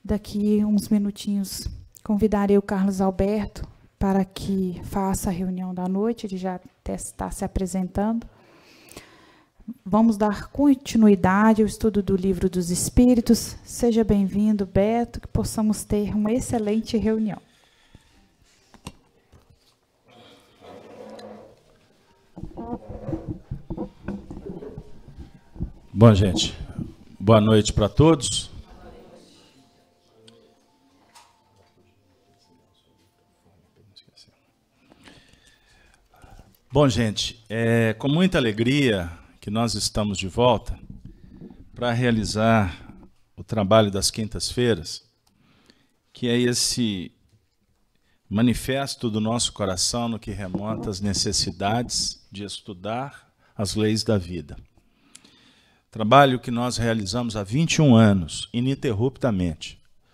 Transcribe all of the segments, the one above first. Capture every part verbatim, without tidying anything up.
Daqui uns minutinhos convidarei o Carlos Alberto para que faça a reunião da noite, ele já está se apresentando. Vamos dar continuidade ao estudo do Livro dos Espíritos. Seja bem-vindo, Beto, que possamos ter uma excelente reunião. Bom, gente, boa noite para todos. Bom, gente, é com muita alegria que nós estamos de volta para realizar o trabalho das quintas-feiras, que é esse manifesto do nosso coração no que remonta às necessidades de estudar as leis da vida. Trabalho que nós realizamos há vinte e um anos, ininterruptamente.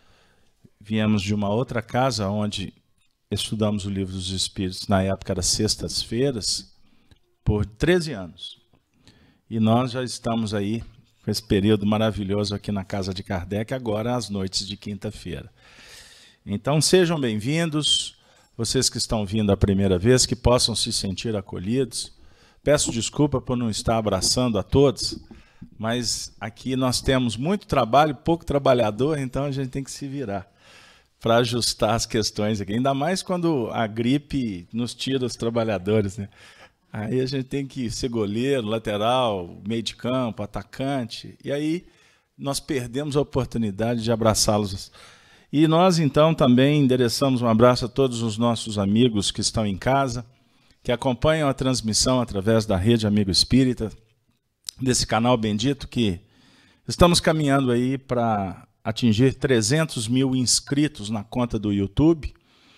Viemos de uma outra casa onde estudamos o Livro dos Espíritos, na época era sextas-feiras, por treze anos. E nós já estamos aí com esse período maravilhoso aqui na casa de Kardec, agora às noites de quinta-feira. Então sejam bem-vindos, vocês que estão vindo a primeira vez, que possam se sentir acolhidos. Peço desculpa por não estar abraçando a todos, mas aqui nós temos muito trabalho, pouco trabalhador, então a gente tem que se virar para ajustar as questões aqui. Ainda mais quando a gripe nos tira os trabalhadores, né? Aí a gente tem que ser goleiro, lateral, meio de campo, atacante, e aí nós perdemos a oportunidade de abraçá-los. E nós, então, também endereçamos um abraço a todos os nossos amigos que estão em casa, que acompanham a transmissão através da Rede Amigo Espírita, desse canal bendito, que estamos caminhando aí para atingir trezentos mil inscritos na conta do YouTube.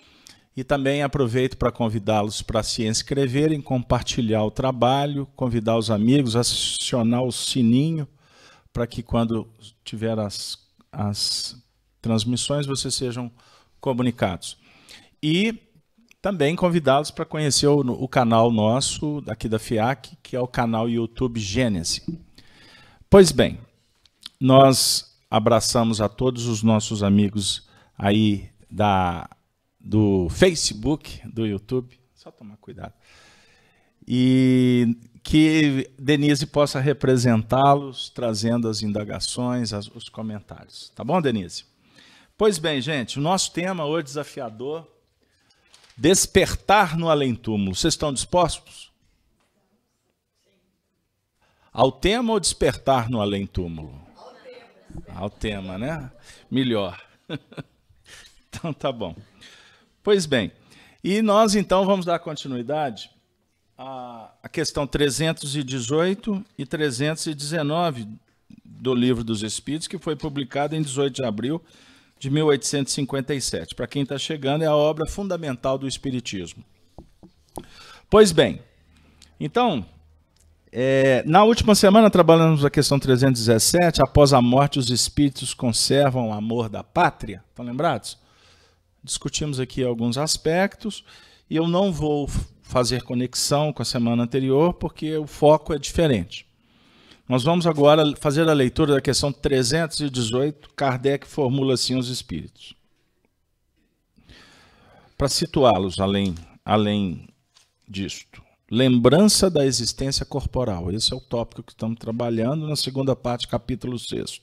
E também aproveito para convidá-los para se inscreverem, compartilhar o trabalho, convidar os amigos, acionar o sininho, para que quando tiver as, as transmissões vocês sejam comunicados. E também convidá-los para conhecer o, o canal nosso, aqui da FIAC, que é o canal YouTube Gênesis. Pois bem, nós abraçamos a todos os nossos amigos aí da, do Facebook, do YouTube, só tomar cuidado, e que Denise possa representá-los, trazendo as indagações, as, os comentários. Tá bom, Denise? Pois bem, gente, o nosso tema hoje desafiador, despertar no além-túmulo. Vocês estão dispostos? Ao tema ou despertar no além-túmulo? Ao tema. Ao tema, né? Melhor. Então tá bom. Pois bem, e nós então vamos dar continuidade à, à questão trezentos e dezoito e trezentos e dezenove do Livro dos Espíritos, que foi publicado em dezoito de abril de mil oitocentos e cinquenta e sete. Para quem está chegando, é a obra fundamental do Espiritismo. Pois bem, então, é, na última semana trabalhamos a questão trezentos e dezessete, após a morte os espíritos conservam o amor da pátria. Estão lembrados? Discutimos aqui alguns aspectos, e eu não vou fazer conexão com a semana anterior, porque o foco é diferente. Nós vamos agora fazer a leitura da questão trezentos e dezoito, Kardec formula assim os espíritos. Para situá-los além, além disto, lembrança da existência corporal. Esse é o tópico que estamos trabalhando na segunda parte, capítulo seis.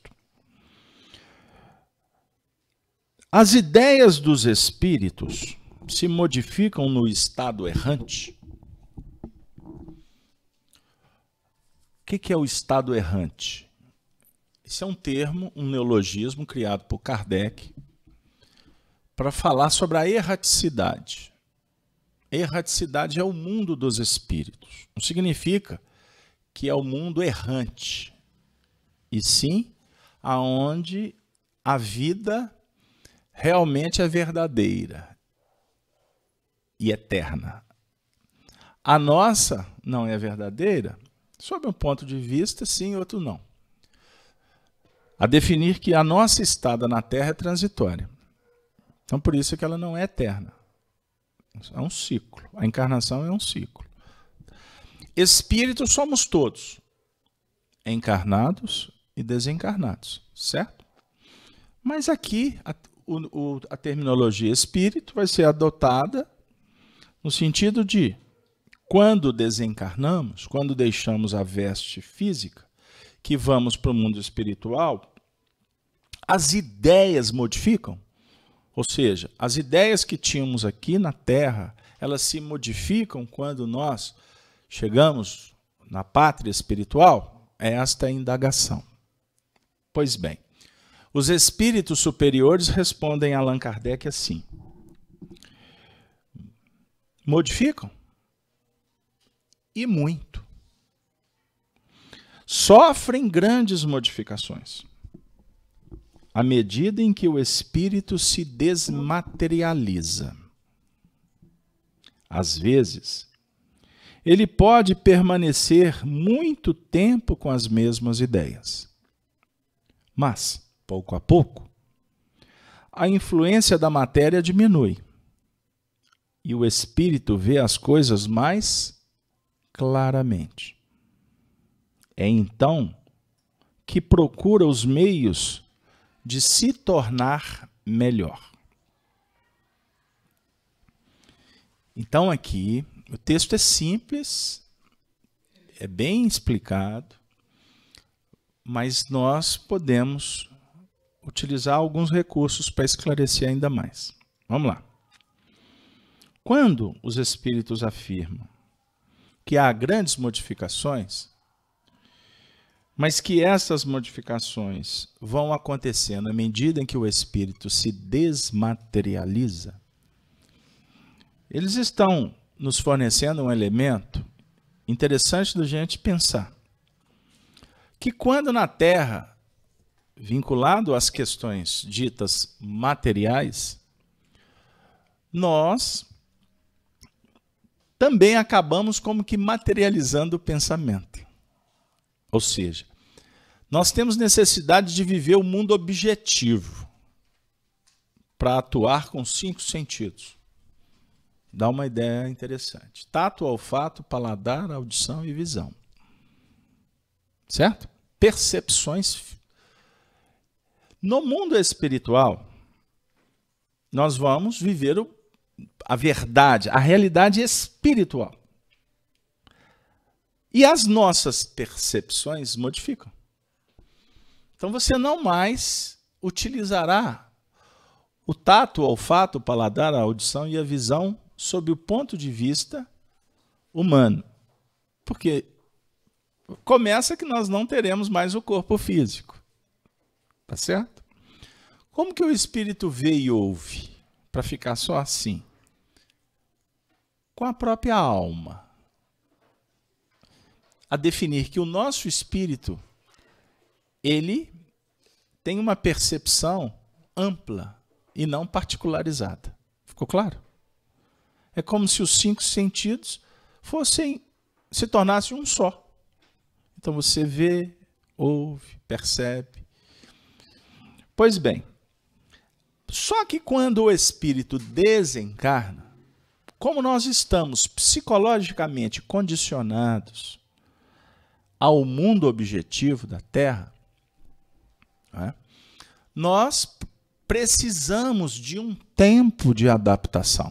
As ideias dos espíritos se modificam no estado errante. O que é o estado errante? Esse é um termo, um neologismo criado por Kardec para falar sobre a erraticidade. Erraticidade é o mundo dos espíritos. Não significa que é o mundo errante, e sim aonde a vida realmente é verdadeira e eterna. A nossa não é verdadeira? Sob um ponto de vista, sim, outro não. A definir que a nossa estada na Terra é transitória. Então, por isso é que ela não é eterna. É um ciclo. A encarnação é um ciclo. Espíritos somos todos, encarnados e desencarnados, certo? Mas aqui a, o, a terminologia espírito vai ser adotada no sentido de, quando desencarnamos, quando deixamos a veste física, que vamos para o mundo espiritual, as ideias modificam. Ou seja, as ideias que tínhamos aqui na Terra, elas se modificam quando nós chegamos na pátria espiritual? É esta a indagação. Pois bem, os espíritos superiores respondem a Allan Kardec assim: modificam? E muito. Sofrem grandes modificações à medida em que o espírito se desmaterializa. Às vezes, ele pode permanecer muito tempo com as mesmas ideias. Mas, pouco a pouco, a influência da matéria diminui e o espírito vê as coisas mais claramente. É então que procura os meios de se tornar melhor. Então aqui, o texto é simples, é bem explicado, mas nós podemos utilizar alguns recursos para esclarecer ainda mais. Vamos lá. Quando os espíritos afirmam que há grandes modificações, mas que essas modificações vão acontecer na medida em que o espírito se desmaterializa, eles estão nos fornecendo um elemento interessante da gente pensar. Que quando na Terra, vinculado às questões ditas materiais, nós também acabamos como que materializando o pensamento. Ou seja, nós temos necessidade de viver o mundo objetivo para atuar com cinco sentidos. Dá uma ideia interessante. Tato, olfato, paladar, audição e visão. Certo? Percepções. No mundo espiritual, nós vamos viver o, a verdade, a realidade espiritual. E as nossas percepções modificam. Então você não mais utilizará o tato, o olfato, o paladar, a audição e a visão sob o ponto de vista humano. Porque começa que nós não teremos mais o corpo físico. Tá certo? Como que o espírito vê e ouve? Para ficar só assim? Com a própria alma. A definir que o nosso espírito, ele tem uma percepção ampla e não particularizada. Ficou claro? É como se os cinco sentidos fossem, se tornassem um só. Então você vê, ouve, percebe. Pois bem, só que quando o espírito desencarna, como nós estamos psicologicamente condicionados ao mundo objetivo da Terra, né, nós precisamos de um tempo de adaptação.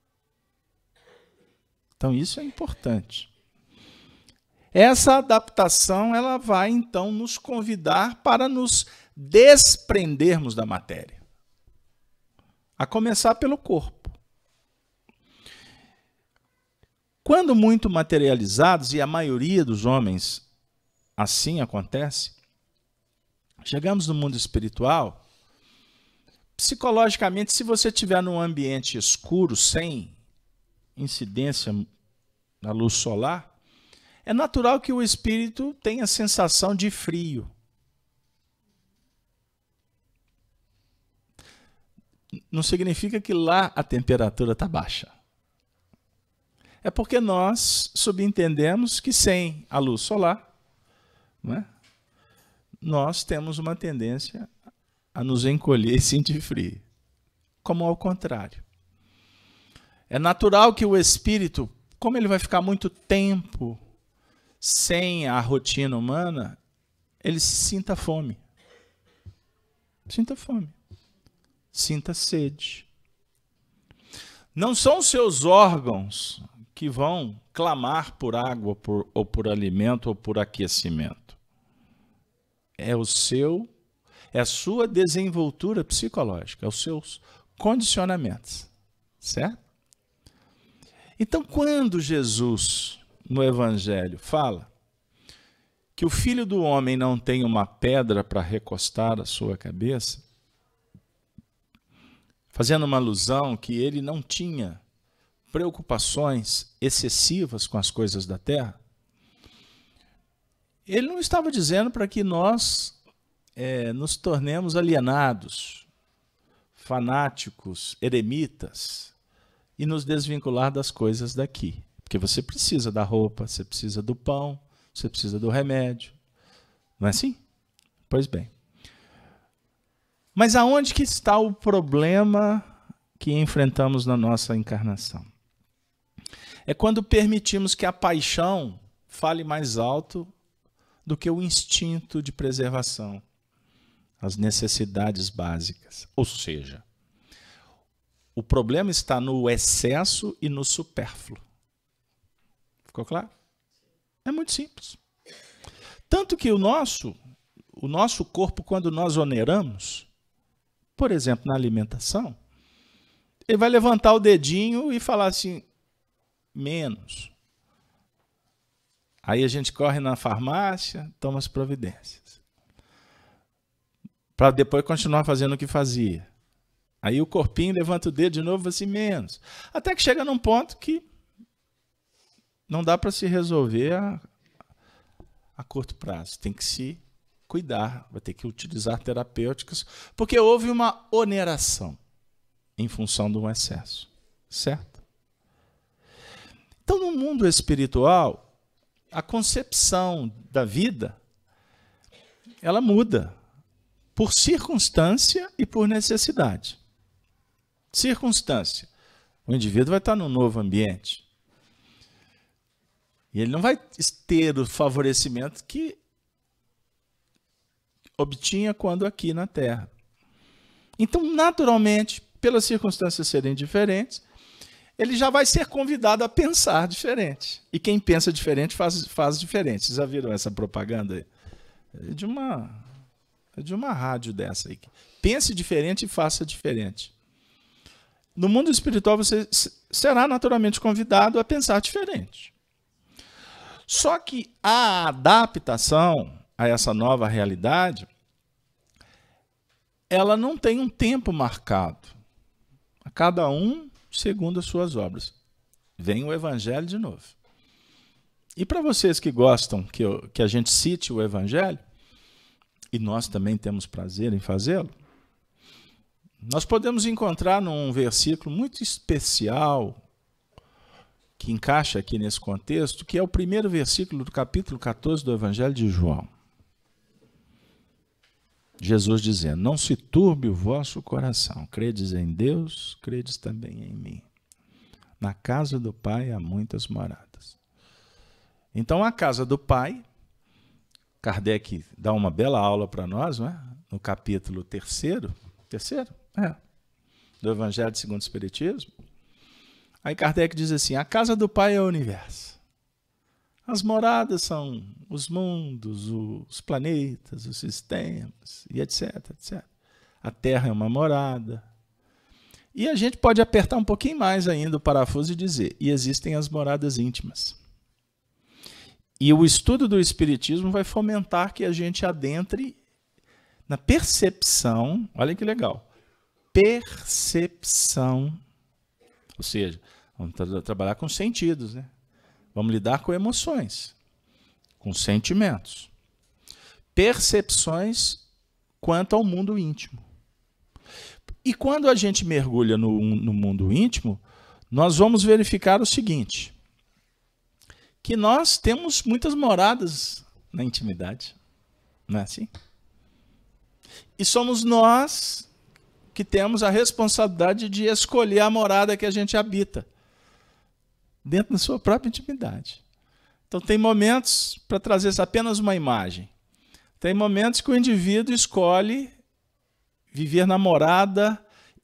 Então isso é importante. Essa adaptação ela vai então nos convidar para nos desprendermos da matéria. A começar pelo corpo. Quando muito materializados, e a maioria dos homens assim acontece, chegamos no mundo espiritual, psicologicamente, se você estiver num ambiente escuro, sem incidência da luz solar, é natural que o espírito tenha a sensação de frio. Não significa que lá a temperatura está baixa. É porque nós subentendemos que sem a luz solar, não é? Nós temos uma tendência a nos encolher e sentir frio. Como ao contrário. É natural que o espírito, como ele vai ficar muito tempo sem a rotina humana, ele sinta fome. Sinta fome. sinta sede. Não são os seus órgãos que vão clamar por água por, ou por alimento ou por aquecimento. É o seu, é a sua desenvoltura psicológica, é os seus condicionamentos, certo? Então, quando Jesus, no Evangelho, fala que o Filho do Homem não tem uma pedra para recostar a sua cabeça, fazendo uma alusão que ele não tinha preocupações excessivas com as coisas da terra, ele não estava dizendo para que nós é, nos tornemos alienados, fanáticos, eremitas, e nos desvincular das coisas daqui. Porque você precisa da roupa, você precisa do pão, você precisa do remédio. Não é assim? Pois bem. Mas aonde que está o problema que enfrentamos na nossa encarnação? É quando permitimos que a paixão fale mais alto do que o instinto de preservação, as necessidades básicas. Ou seja, o problema está no excesso e no supérfluo. Ficou claro? É muito simples. Tanto que o nosso, o nosso corpo, quando nós oneramos, por exemplo, na alimentação, ele vai levantar o dedinho e falar assim, menos. Aí a gente corre na farmácia, toma as providências. Para depois continuar fazendo o que fazia. Aí o corpinho levanta o dedo de novo e fala assim, menos. Até que chega num ponto que não dá para se resolver a, a curto prazo. Tem que se cuidar, vai ter que utilizar terapêuticas, porque houve uma oneração em função de um excesso, certo? Então, no mundo espiritual, a concepção da vida, ela muda por circunstância e por necessidade. Circunstância. O indivíduo vai estar num novo ambiente. E ele não vai ter o favorecimento que obtinha quando aqui na Terra. Então, naturalmente, pelas circunstâncias serem diferentes, ele já vai ser convidado a pensar diferente. E quem pensa diferente faz, faz diferente. Vocês já viram essa propaganda aí? É de uma, é de uma rádio dessa aí. Pense diferente e faça diferente. No mundo espiritual, você será naturalmente convidado a pensar diferente. Só que a adaptação a essa nova realidade, ela não tem um tempo marcado. A cada um segundo as suas obras. Vem o Evangelho de novo. E para vocês que gostam que, eu, que a gente cite o Evangelho, e nós também temos prazer em fazê-lo, nós podemos encontrar num versículo muito especial, que encaixa aqui nesse contexto, que é o primeiro versículo do capítulo quatorze do Evangelho de João. Jesus dizendo, não se turbe o vosso coração, credes em Deus, credes também em mim. Na casa do Pai há muitas moradas. Então, a casa do Pai, Kardec dá uma bela aula para nós, não é? No capítulo terceiro, terceiro? É, do Evangelho segundo o Espiritismo. Aí Kardec diz assim, a casa do Pai é o universo. As moradas são os mundos, os planetas, os sistemas, e etc, etcétera. A Terra é uma morada. E a gente pode apertar um pouquinho mais ainda o parafuso e dizer, e existem as moradas íntimas. E o estudo do Espiritismo vai fomentar que a gente adentre na percepção, olha que legal, percepção, ou seja, vamos tra trabalhar com sentidos, né? Vamos lidar com emoções, com sentimentos, percepções quanto ao mundo íntimo. E quando a gente mergulha no, no mundo íntimo, nós vamos verificar o seguinte, que nós temos muitas moradas na intimidade, não é assim? E somos nós que temos a responsabilidade de escolher a morada que a gente habita, dentro da sua própria intimidade. Então, tem momentos, para trazer apenas uma imagem, tem momentos que o indivíduo escolhe viver na morada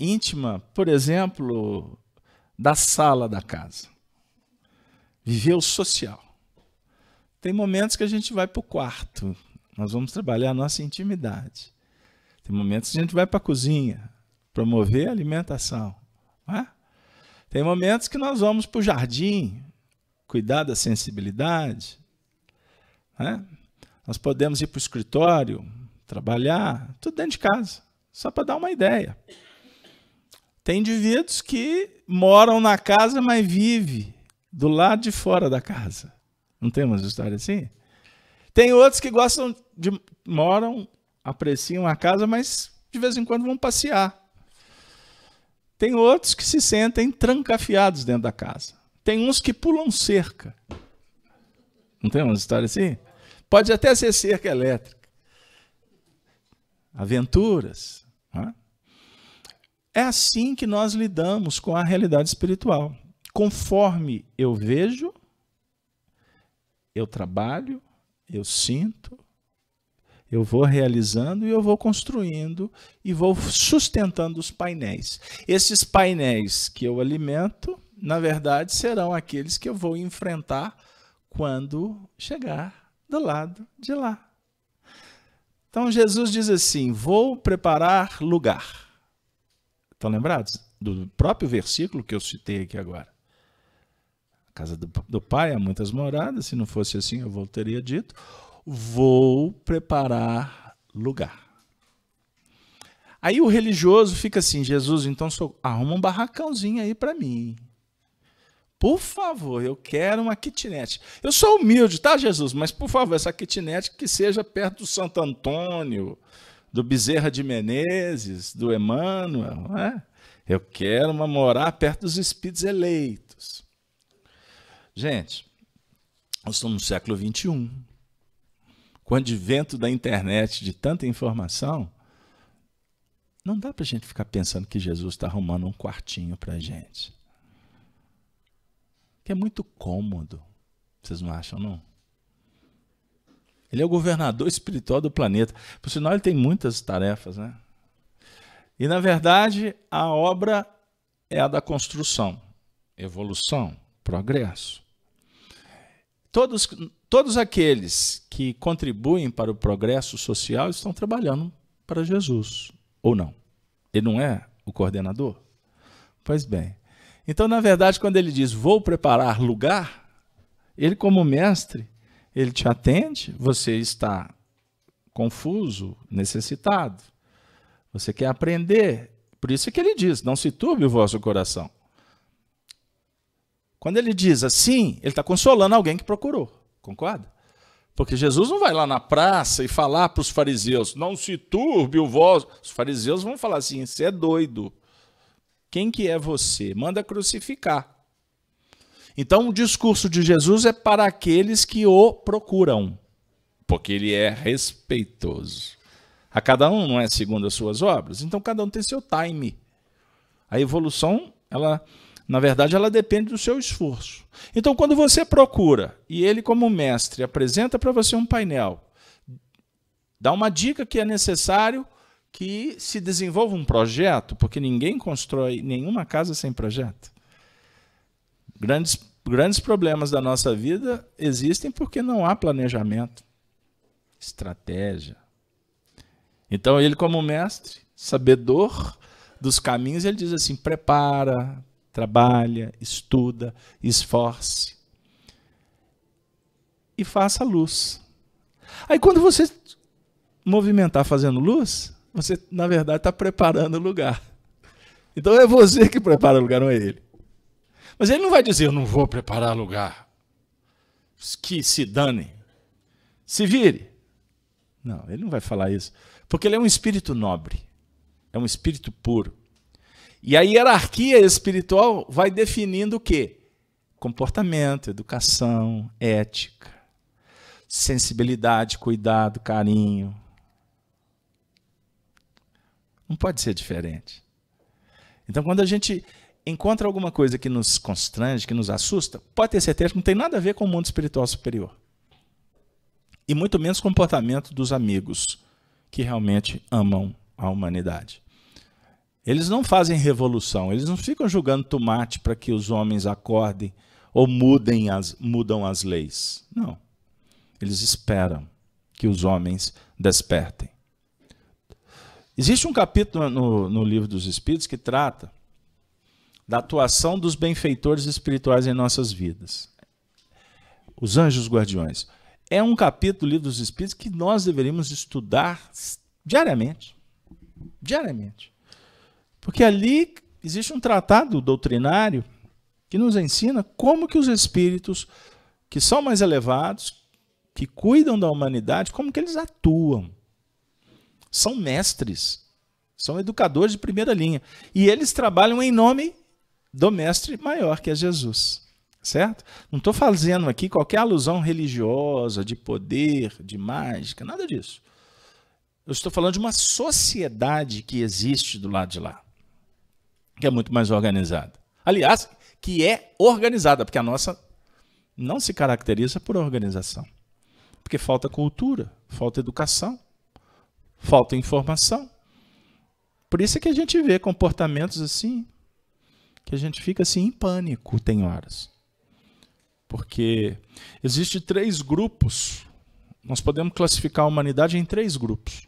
íntima, por exemplo, da sala da casa. Viver o social. Tem momentos que a gente vai para o quarto. Nós vamos trabalhar a nossa intimidade. Tem momentos que a gente vai para a cozinha, promover a alimentação. Não é? Tem momentos que nós vamos para o jardim, cuidar da sensibilidade. Não é? Nós podemos ir para o escritório, trabalhar, tudo dentro de casa, só para dar uma ideia. Tem indivíduos que moram na casa, mas vivem do lado de fora da casa. Não tem umas histórias assim? Tem outros que gostam de... moram, apreciam a casa, mas de vez em quando vão passear. Tem outros que se sentem trancafiados dentro da casa. Tem uns que pulam cerca. Não tem umas histórias assim? Pode até ser cerca elétrica. Aventuras. Não é? É assim que nós lidamos com a realidade espiritual. Conforme eu vejo, eu trabalho, eu sinto, eu vou realizando e eu vou construindo e vou sustentando os painéis. Esses painéis que eu alimento, na verdade, serão aqueles que eu vou enfrentar quando chegar do lado de lá. Então Jesus diz assim, vou preparar lugar. Estão lembrados do próprio versículo que eu citei aqui agora? A casa do, do Pai há muitas moradas, se não fosse assim eu voltaria dito, vou preparar lugar. Aí o religioso fica assim, Jesus, então sou, arruma um barracãozinho aí para mim. Por favor, eu quero uma kitnet. Eu sou humilde, tá, Jesus? Mas, por favor, essa kitnet que seja perto do Santo Antônio, do Bezerra de Menezes, do Emmanuel. Né? Eu quero uma morar perto dos espíritos eleitos. Gente, nós estamos no século vinte e um. Com o advento da internet, de tanta informação, não dá para a gente ficar pensando que Jesus está arrumando um quartinho para a gente. Que é muito cômodo. Vocês não acham, não? Ele é o governador espiritual do planeta. Por sinal, ele tem muitas tarefas, né? E, na verdade, a obra é a da construção, evolução, progresso. Todos, todos aqueles que contribuem para o progresso social estão trabalhando para Jesus, ou não? Ele não é o coordenador? Pois bem. Então, na verdade, quando ele diz, vou preparar lugar, ele como mestre, ele te atende, você está confuso, necessitado, você quer aprender, por isso é que ele diz, não se turbe o vosso coração. Quando ele diz assim, ele está consolando alguém que procurou, concorda? Porque Jesus não vai lá na praça e falar para os fariseus, não se turbe o vosso... Os fariseus vão falar assim, você é doido. Quem que é você? Manda crucificar. Então, o discurso de Jesus é para aqueles que o procuram, porque ele é respeitoso. A cada um não é segundo as suas obras, então cada um tem seu time. A evolução, ela, na verdade, ela depende do seu esforço. Então, quando você procura, e ele como mestre apresenta para você um painel, dá uma dica que é necessário que se desenvolva um projeto, porque ninguém constrói nenhuma casa sem projeto. Grandes, grandes problemas da nossa vida existem porque não há planejamento, estratégia. Então, ele como mestre, sabedor dos caminhos, ele diz assim, prepara, trabalha, estuda, esforce e faça luz. Aí, quando você movimentar fazendo luz, você, na verdade, está preparando o lugar. Então, é você que prepara o lugar, não é ele. Mas ele não vai dizer, eu não vou preparar lugar. Que se dane. Se vire. Não, ele não vai falar isso. Porque ele é um espírito nobre. É um espírito puro. E a hierarquia espiritual vai definindo o quê? Comportamento, educação, ética, sensibilidade, cuidado, carinho. Não pode ser diferente. Então, quando a gente encontra alguma coisa que nos constrange, que nos assusta, pode ter certeza que não tem nada a ver com o mundo espiritual superior. E muito menos com o comportamento dos amigos que realmente amam a humanidade. Eles não fazem revolução, eles não ficam jogando tomate para que os homens acordem ou mudem as, mudam as leis. Não. Eles esperam que os homens despertem. Existe um capítulo no, no Livro dos Espíritos que trata da atuação dos benfeitores espirituais em nossas vidas. Os anjos guardiões. É um capítulo do Livro dos Espíritos que nós deveríamos estudar diariamente. Diariamente. Porque ali existe um tratado doutrinário que nos ensina como que os espíritos que são mais elevados, que cuidam da humanidade, como que eles atuam. São mestres, são educadores de primeira linha. E eles trabalham em nome do mestre maior, que é Jesus. Certo? Não estou fazendo aqui qualquer alusão religiosa, de poder, de mágica, nada disso. Eu estou falando de uma sociedade que existe do lado de lá, que é muito mais organizada. Aliás, que é organizada, porque a nossa não se caracteriza por organização. Porque falta cultura, falta educação, falta informação. Por isso é que a gente vê comportamentos assim, que a gente fica assim em pânico, tem horas. Porque existem três grupos, nós podemos classificar a humanidade em três grupos.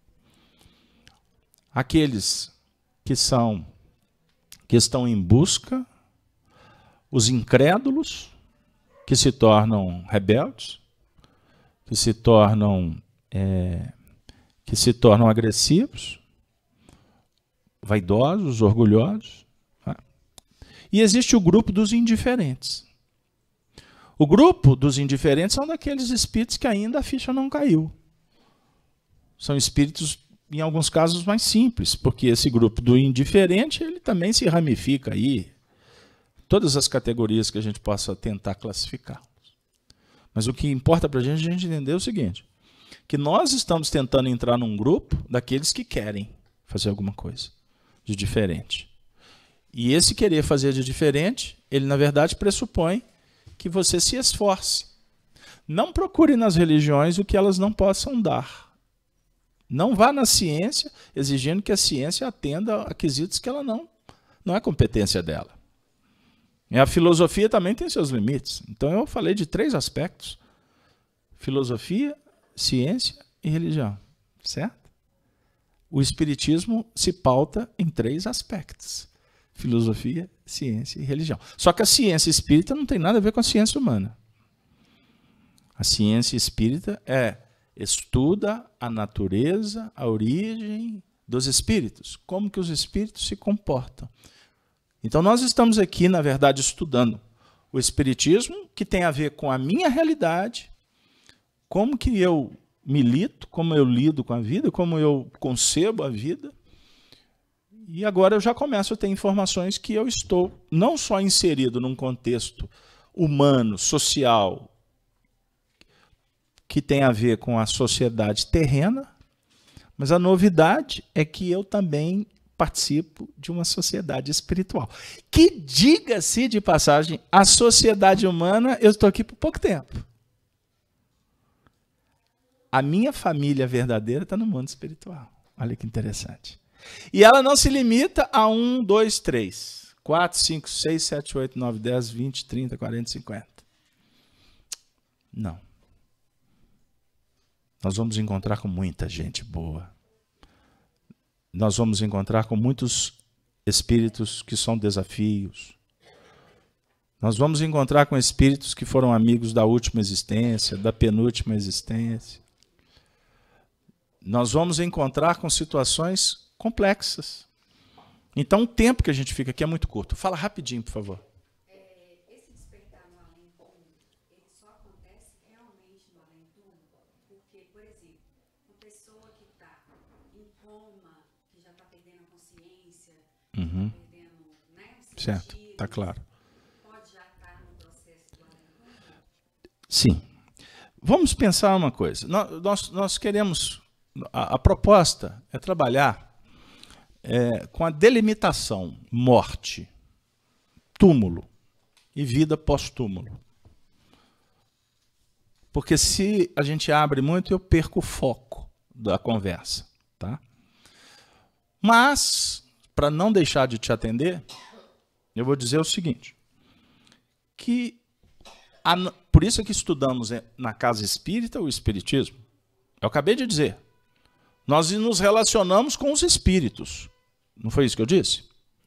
Aqueles que são, que estão em busca, os incrédulos, que se tornam rebeldes, que se tornam, é, que se tornam agressivos, vaidosos, orgulhosos. Tá? E existe o grupo dos indiferentes. O grupo dos indiferentes são daqueles espíritos que ainda a ficha não caiu. São espíritos, em alguns casos, mais simples, porque esse grupo do indiferente ele também se ramifica aí, todas as categorias que a gente possa tentar classificar. Mas o que importa para a gente é a gente entender o seguinte, que nós estamos tentando entrar num grupo daqueles que querem fazer alguma coisa de diferente. E esse querer fazer de diferente, ele na verdade pressupõe que você se esforce. Não procure nas religiões o que elas não possam dar. Não vá na ciência exigindo que a ciência atenda a quesitos que ela não, não é competência dela. E a filosofia também tem seus limites. Então eu falei de três aspectos. Filosofia, ciência e religião. Certo? O espiritismo se pauta em três aspectos. Filosofia, ciência e religião. Só que a ciência espírita não tem nada a ver com a ciência humana. A ciência espírita é estuda a natureza, a origem dos espíritos, como que os espíritos se comportam. Então nós estamos aqui, na verdade, estudando o espiritismo, que tem a ver com a minha realidade, como que eu milito, como eu lido com a vida, como eu concebo a vida. E agora eu já começo a ter informações que eu estou não só inserido num contexto humano, social, que tem a ver com a sociedade terrena, mas a novidade é que eu também participo de uma sociedade espiritual. Que, diga-se de passagem, a sociedade humana, eu estou aqui por pouco tempo. A minha família verdadeira está no mundo espiritual. Olha que interessante. E ela não se limita a um, dois, três, quatro, cinco, seis, sete, oito, nove, dez, vinte, trinta, quarenta, cinquenta. Não. Nós vamos encontrar com muita gente boa. Nós vamos encontrar com muitos espíritos que são desafios. Nós vamos encontrar com espíritos que foram amigos da última existência, da penúltima existência. Nós vamos encontrar com situações complexas. Então, o tempo que a gente fica aqui é muito curto. Fala rapidinho, por favor. É, esse despertar no além-túmulo, ele só acontece realmente no além-túmulo, porque, por exemplo, uma pessoa que está em coma, que já está perdendo a consciência, Uhum. tá perdendo, né, o Certo, sentido, está claro. pode já estar no processo do além-túmulo? Sim. Vamos pensar uma coisa. Nós, nós, nós queremos... A, a proposta é trabalhar é, com a delimitação morte, túmulo e vida pós-túmulo. Porque se a gente abre muito, eu perco o foco da conversa. Tá? Mas para não deixar de te atender, eu vou dizer o seguinte, que a, por isso é que estudamos na casa espírita o espiritismo. Eu acabei de dizer, nós nos relacionamos com os espíritos. Não foi isso que eu disse?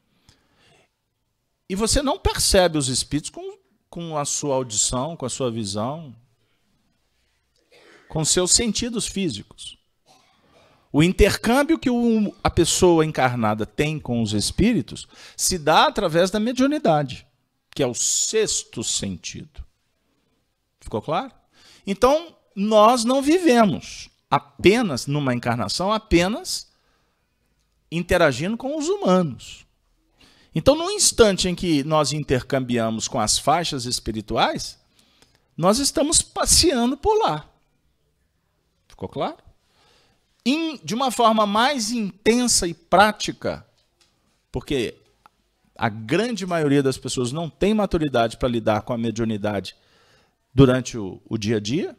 E você não percebe os espíritos com, com a sua audição, com a sua visão, com seus sentidos físicos. O intercâmbio que o, a pessoa encarnada tem com os espíritos se dá através da mediunidade, que é o sexto sentido. Ficou claro? Então, nós não vivemos apenas numa encarnação, apenas interagindo com os humanos. Então, no instante em que nós intercambiamos com as faixas espirituais, nós estamos passeando por lá. Ficou claro? In, de uma forma mais intensa e prática, porque a grande maioria das pessoas não tem maturidade para lidar com a mediunidade durante o, o dia a dia,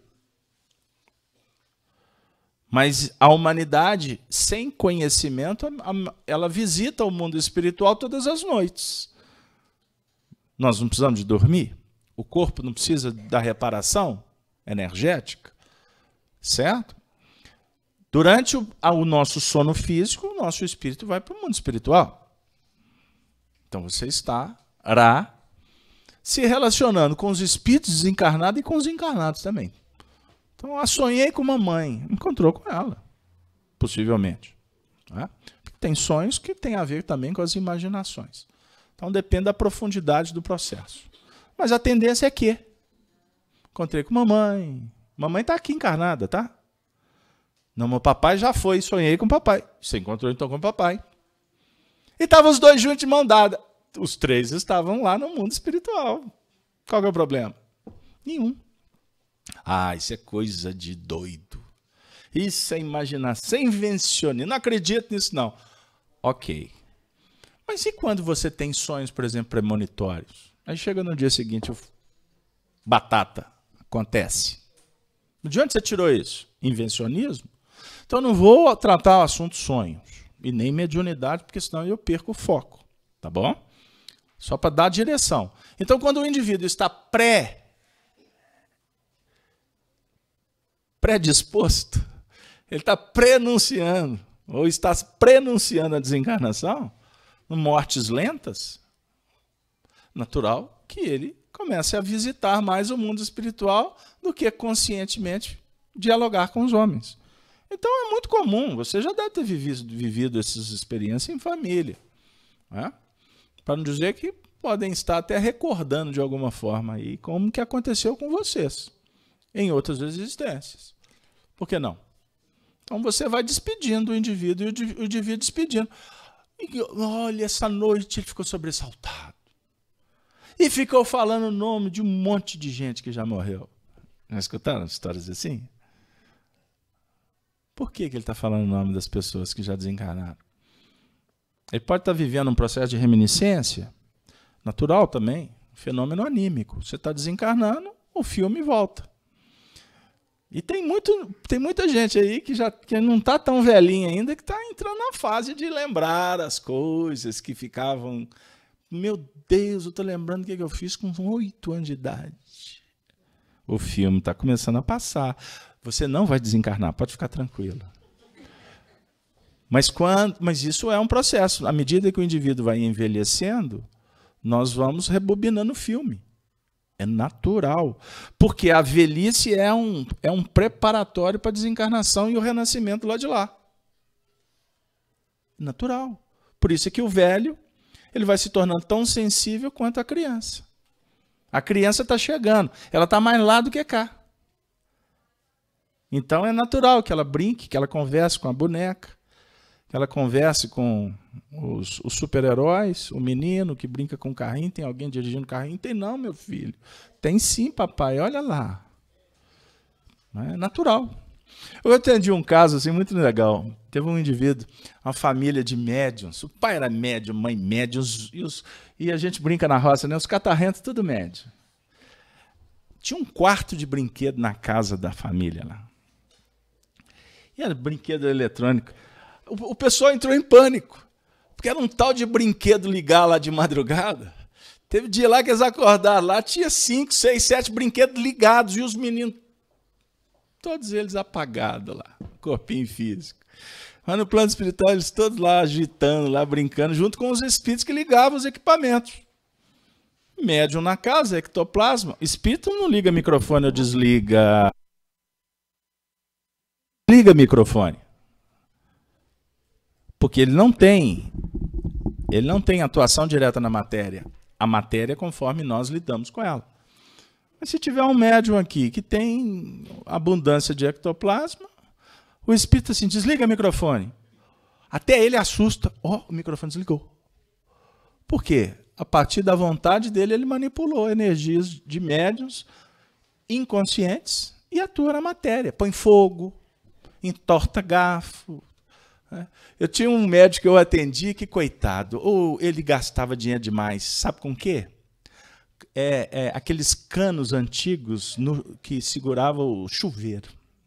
mas a humanidade, sem conhecimento, ela visita o mundo espiritual todas as noites. Nós não precisamos de dormir? O corpo não precisa da reparação energética? Certo? Durante o, o nosso sono físico, o nosso espírito vai para o mundo espiritual. Então você estará se relacionando com os espíritos desencarnados e com os encarnados também. Então, eu sonhei com uma mãe, encontrou com ela, possivelmente. Né? Tem sonhos que têm a ver também com as imaginações. Então, depende da profundidade do processo. Mas a tendência é que encontrei com mamãe. Mamãe está aqui encarnada, tá? Não, meu papai já foi, sonhei com o papai. Você encontrou então com o papai. E estavam os dois juntos de mão dada. Os três estavam lá no mundo espiritual. Qual que é o problema? Nenhum. Ah, isso é coisa de doido. Isso é imaginação, é invencione. Não acredito nisso, não. Ok. Mas e quando você tem sonhos, por exemplo, premonitórios? Aí chega no dia seguinte, batata, acontece. De onde você tirou isso? Invencionismo? Então eu não vou tratar o assunto sonhos e nem mediunidade, porque senão eu perco o foco. Tá bom? Só para dar direção. Então quando o indivíduo está pré predisposto, ele está prenunciando, ou está prenunciando a desencarnação, mortes lentas, natural que ele comece a visitar mais o mundo espiritual do que conscientemente dialogar com os homens. Então é muito comum, você já deve ter vivido, vivido essas experiências em família, né? Para não dizer que podem estar até recordando de alguma forma aí como que aconteceu com vocês em outras existências. Por que não? Então você vai despedindo o indivíduo e o indivíduo despedindo. E, olha, essa noite ele ficou sobressaltado. E ficou falando o nome de um monte de gente que já morreu. Já escutaram histórias assim? Por que que ele está falando o nome das pessoas que já desencarnaram? Ele pode estar vivendo um processo de reminiscência, natural também, um fenômeno anímico. Você está desencarnando, o filme volta. E tem, muito, tem muita gente aí que, já, que não está tão velhinha ainda, que está entrando na fase de lembrar as coisas que ficavam... Meu Deus, eu estou lembrando o que eu fiz com oito anos de idade. O filme está começando a passar. Você não vai desencarnar, pode ficar tranquilo. Mas, quando, mas isso é um processo. À medida que o indivíduo vai envelhecendo, nós vamos rebobinando o filme. É natural, porque a velhice é um, é um preparatório para a desencarnação e o renascimento lá de lá. Natural. Por isso é que o velho ele vai se tornando tão sensível quanto a criança. A criança está chegando, ela está mais lá do que cá. Então é natural que ela brinque, que ela converse com a boneca, que ela converse com os, os super-heróis, o menino que brinca com o carrinho, tem alguém dirigindo o carrinho? Tem não, meu filho. Tem sim, papai, olha lá. É natural. Eu atendi um caso assim, muito legal. Teve um indivíduo, uma família de médiuns. O pai era médium, mãe médium, os, e, os, e a gente brinca na roça, né? Os catarrentos, tudo médium. Tinha um quarto de brinquedo na casa da família lá. E era brinquedo eletrônico. O, o pessoal entrou em pânico. Porque era um tal de brinquedo ligar lá de madrugada. Teve dia lá que eles acordaram lá, tinha cinco, seis, sete brinquedos ligados, e os meninos, todos eles apagados lá, corpinho físico. Mas no plano espiritual, eles todos lá agitando, lá brincando, junto com os espíritos que ligavam os equipamentos. Médium na casa, ectoplasma. Espírito não liga microfone ou desliga. Liga microfone. Porque ele não tem, ele não tem atuação direta na matéria. A matéria é conforme nós lidamos com ela. Mas se tiver um médium aqui que tem abundância de ectoplasma, o espírito assim, desliga o microfone. Até ele assusta. Ó, oh, o microfone desligou. Por quê? A partir da vontade dele, ele manipulou energias de médiuns inconscientes e atua na matéria. Põe fogo, entorta garfo. Eu tinha um médico que eu atendi que, coitado, ou ele gastava dinheiro demais. Sabe com o quê? É, é, aqueles canos antigos no, que seguravam o chuveiro.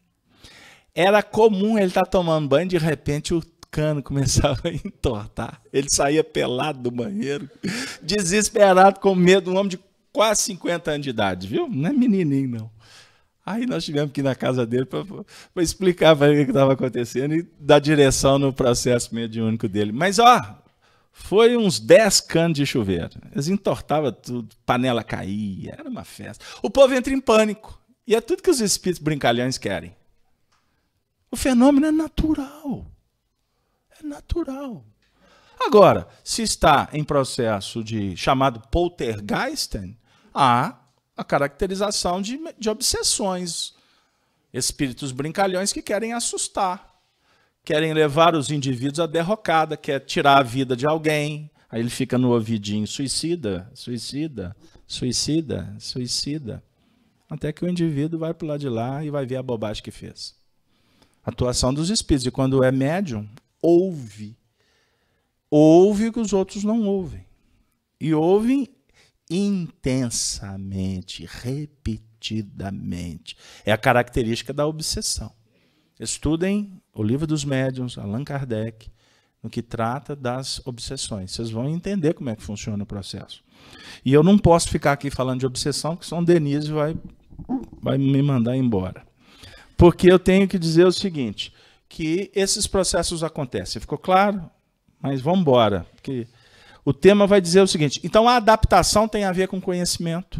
Era comum ele estar tomando banho, de repente o cano começava a entortar. Ele saía pelado do banheiro, desesperado, com medo, um homem de quase cinquenta anos de idade, viu? Não é menininho, não. Aí nós tivemos que ir na casa dele para explicar para ele o que estava acontecendo e dar direção no processo mediúnico dele. Mas, ó, foi uns dez canos de chuveiro. Eles entortavam tudo, panela caía, era uma festa. O povo entra em pânico. E é tudo que os espíritos brincalhões querem. O fenômeno é natural. É natural. Agora, se está em processo de chamado poltergeist, há a caracterização de, de obsessões. Espíritos brincalhões que querem assustar, querem levar os indivíduos à derrocada, quer tirar a vida de alguém. Aí ele fica no ouvidinho, suicida, suicida, suicida, suicida. Até que o indivíduo vai para o lado de lá e vai ver a bobagem que fez. Atuação dos espíritos. E quando é médium, ouve. Ouve o que os outros não ouvem. E ouvem intensamente, repetidamente. É a característica da obsessão. Estudem o Livro dos Médiuns, Allan Kardec, no que trata das obsessões. Vocês vão entender como é que funciona o processo. E eu não posso ficar aqui falando de obsessão, porque senão Denise vai, vai me mandar embora. Porque eu tenho que dizer o seguinte, que esses processos acontecem. Ficou claro? Mas vamos embora, porque o tema vai dizer o seguinte, então a adaptação tem a ver com conhecimento.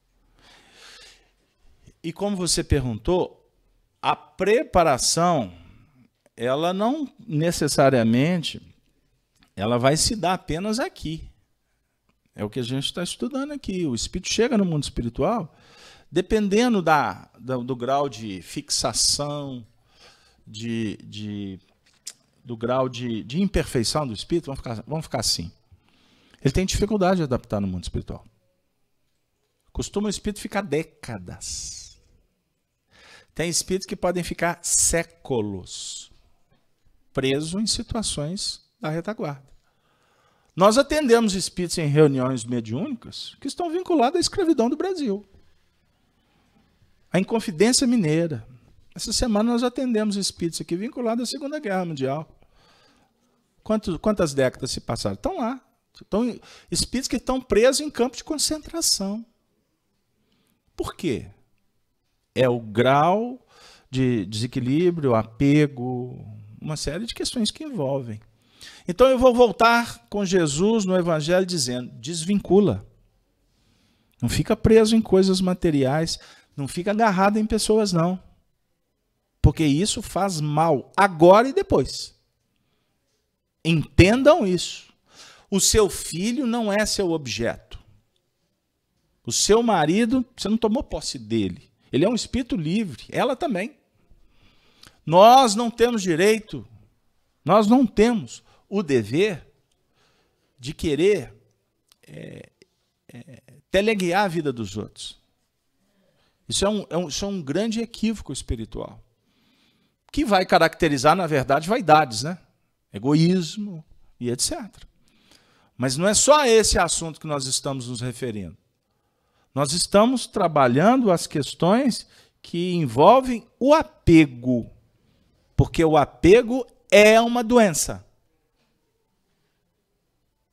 E como você perguntou, a preparação, ela não necessariamente, ela vai se dar apenas aqui. É o que a gente está estudando aqui. O espírito chega no mundo espiritual, dependendo da, da, do grau de fixação, de, de, do grau de, de imperfeição do espírito, vamos ficar, vamos ficar assim. Ele tem dificuldade de adaptar no mundo espiritual. Costuma o espírito ficar décadas. Tem espíritos que podem ficar séculos presos em situações da retaguarda. Nós atendemos espíritos em reuniões mediúnicas que estão vinculados à escravidão do Brasil. A Inconfidência Mineira. Essa semana nós atendemos espíritos aqui vinculados à Segunda Guerra Mundial. Quantos, quantas décadas se passaram? Estão lá. Estão, espíritos que estão presos em campos de concentração. Por quê? É o grau de desequilíbrio, apego, uma série de questões que envolvem. Então eu vou voltar com Jesus no Evangelho dizendo, desvincula. Não fica preso em coisas materiais, não fica agarrado em pessoas não. Porque isso faz mal, agora e depois. Entendam isso. O seu filho não é seu objeto. O seu marido, você não tomou posse dele. Ele é um espírito livre, ela também. Nós não temos direito, nós não temos o dever de querer é, é, teleguiar a vida dos outros. Isso é, um, é um, isso é um grande equívoco espiritual, que vai caracterizar, na verdade, vaidades, né? Egoísmo e etcétera. Mas não é só a esse assunto que nós estamos nos referindo. Nós estamos trabalhando as questões que envolvem o apego, porque o apego é uma doença.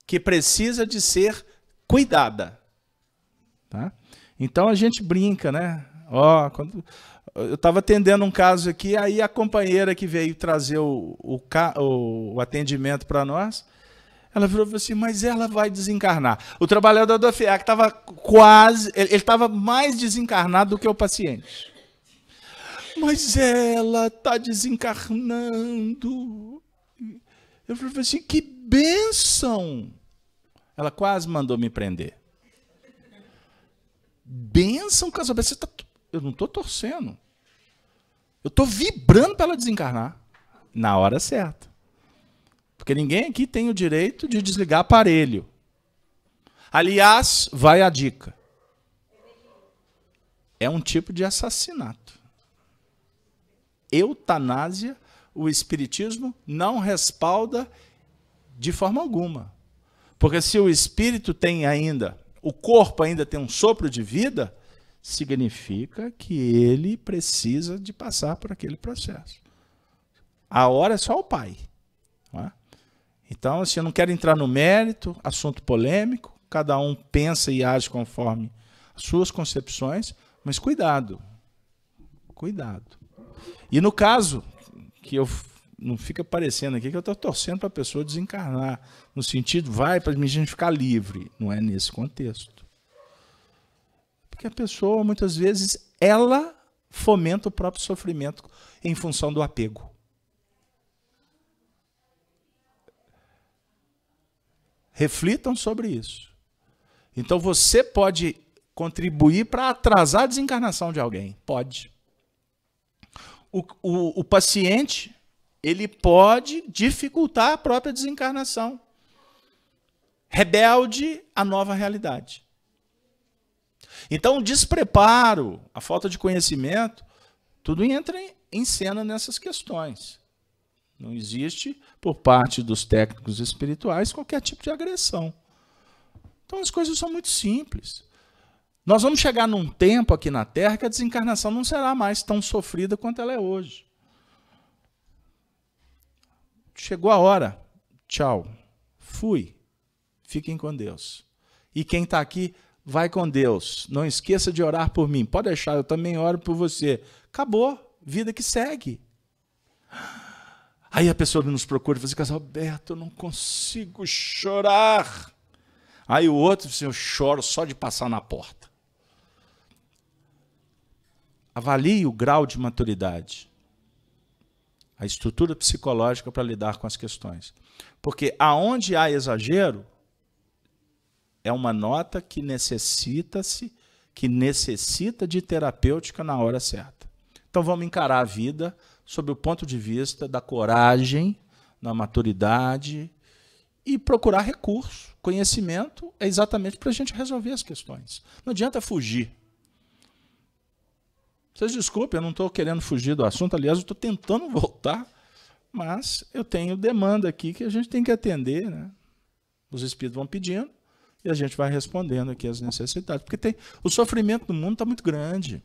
que precisa de ser cuidada. Tá? Então a gente brinca, né? Ó, quando eu estava atendendo um caso aqui, aí a companheira que veio trazer o, o, o, o atendimento para nós, ela virou e falou assim, mas ela vai desencarnar. O trabalhador da FIAC estava quase, ele estava mais desencarnado do que o paciente. Mas ela está desencarnando. Eu falei assim, que bênção! Ela quase mandou me prender. Bênção, Casalberto, você tá... eu não estou torcendo. Eu estou vibrando para ela desencarnar. Na hora certa. Porque ninguém aqui tem o direito de desligar aparelho. Aliás, vai a dica. É um tipo de assassinato. Eutanásia, o espiritismo não respalda de forma alguma. Porque se o espírito tem ainda, o corpo ainda tem um sopro de vida, significa que ele precisa de passar por aquele processo. A hora é só o pai. Não é? Então, assim, eu não quero entrar no mérito, assunto polêmico, cada um pensa e age conforme as suas concepções, mas cuidado, cuidado. E no caso, que eu não fica parecendo aqui que eu estou torcendo para a pessoa desencarnar, no sentido, vai para a gente ficar livre, não é nesse contexto. Porque a pessoa, muitas vezes, ela fomenta o próprio sofrimento em função do apego. Reflitam sobre isso. Então você pode contribuir para atrasar a desencarnação de alguém. Pode. O, o, o paciente, ele pode dificultar a própria desencarnação. Rebelde à nova realidade. Então o despreparo, a falta de conhecimento, tudo entra em, em cena nessas questões. Não existe, por parte dos técnicos espirituais, qualquer tipo de agressão. Então as coisas são muito simples. Nós vamos chegar num tempo aqui na Terra que a desencarnação não será mais tão sofrida quanto ela é hoje. Chegou a hora. Tchau. Fui. Fiquem com Deus. E quem está aqui, vai com Deus. Não esqueça de orar por mim. Pode deixar, eu também oro por você. Acabou. Vida que segue. Aí a pessoa nos procura e fala assim, Casalberto, eu não consigo chorar. Aí o outro diz assim, eu choro só de passar na porta. Avalie o grau de maturidade, a estrutura psicológica para lidar com as questões. Porque aonde há exagero, é uma nota que necessita-se, que necessita de terapêutica na hora certa. Então vamos encarar a vida sob o ponto de vista da coragem, da maturidade e procurar recurso. Conhecimento é exatamente para a gente resolver as questões. Não adianta fugir. Vocês desculpem, eu não estou querendo fugir do assunto, aliás, eu estou tentando voltar, mas eu tenho demanda aqui que a gente tem que atender, né? Os espíritos vão pedindo e a gente vai respondendo aqui as necessidades. Porque tem, o sofrimento no mundo está muito grande.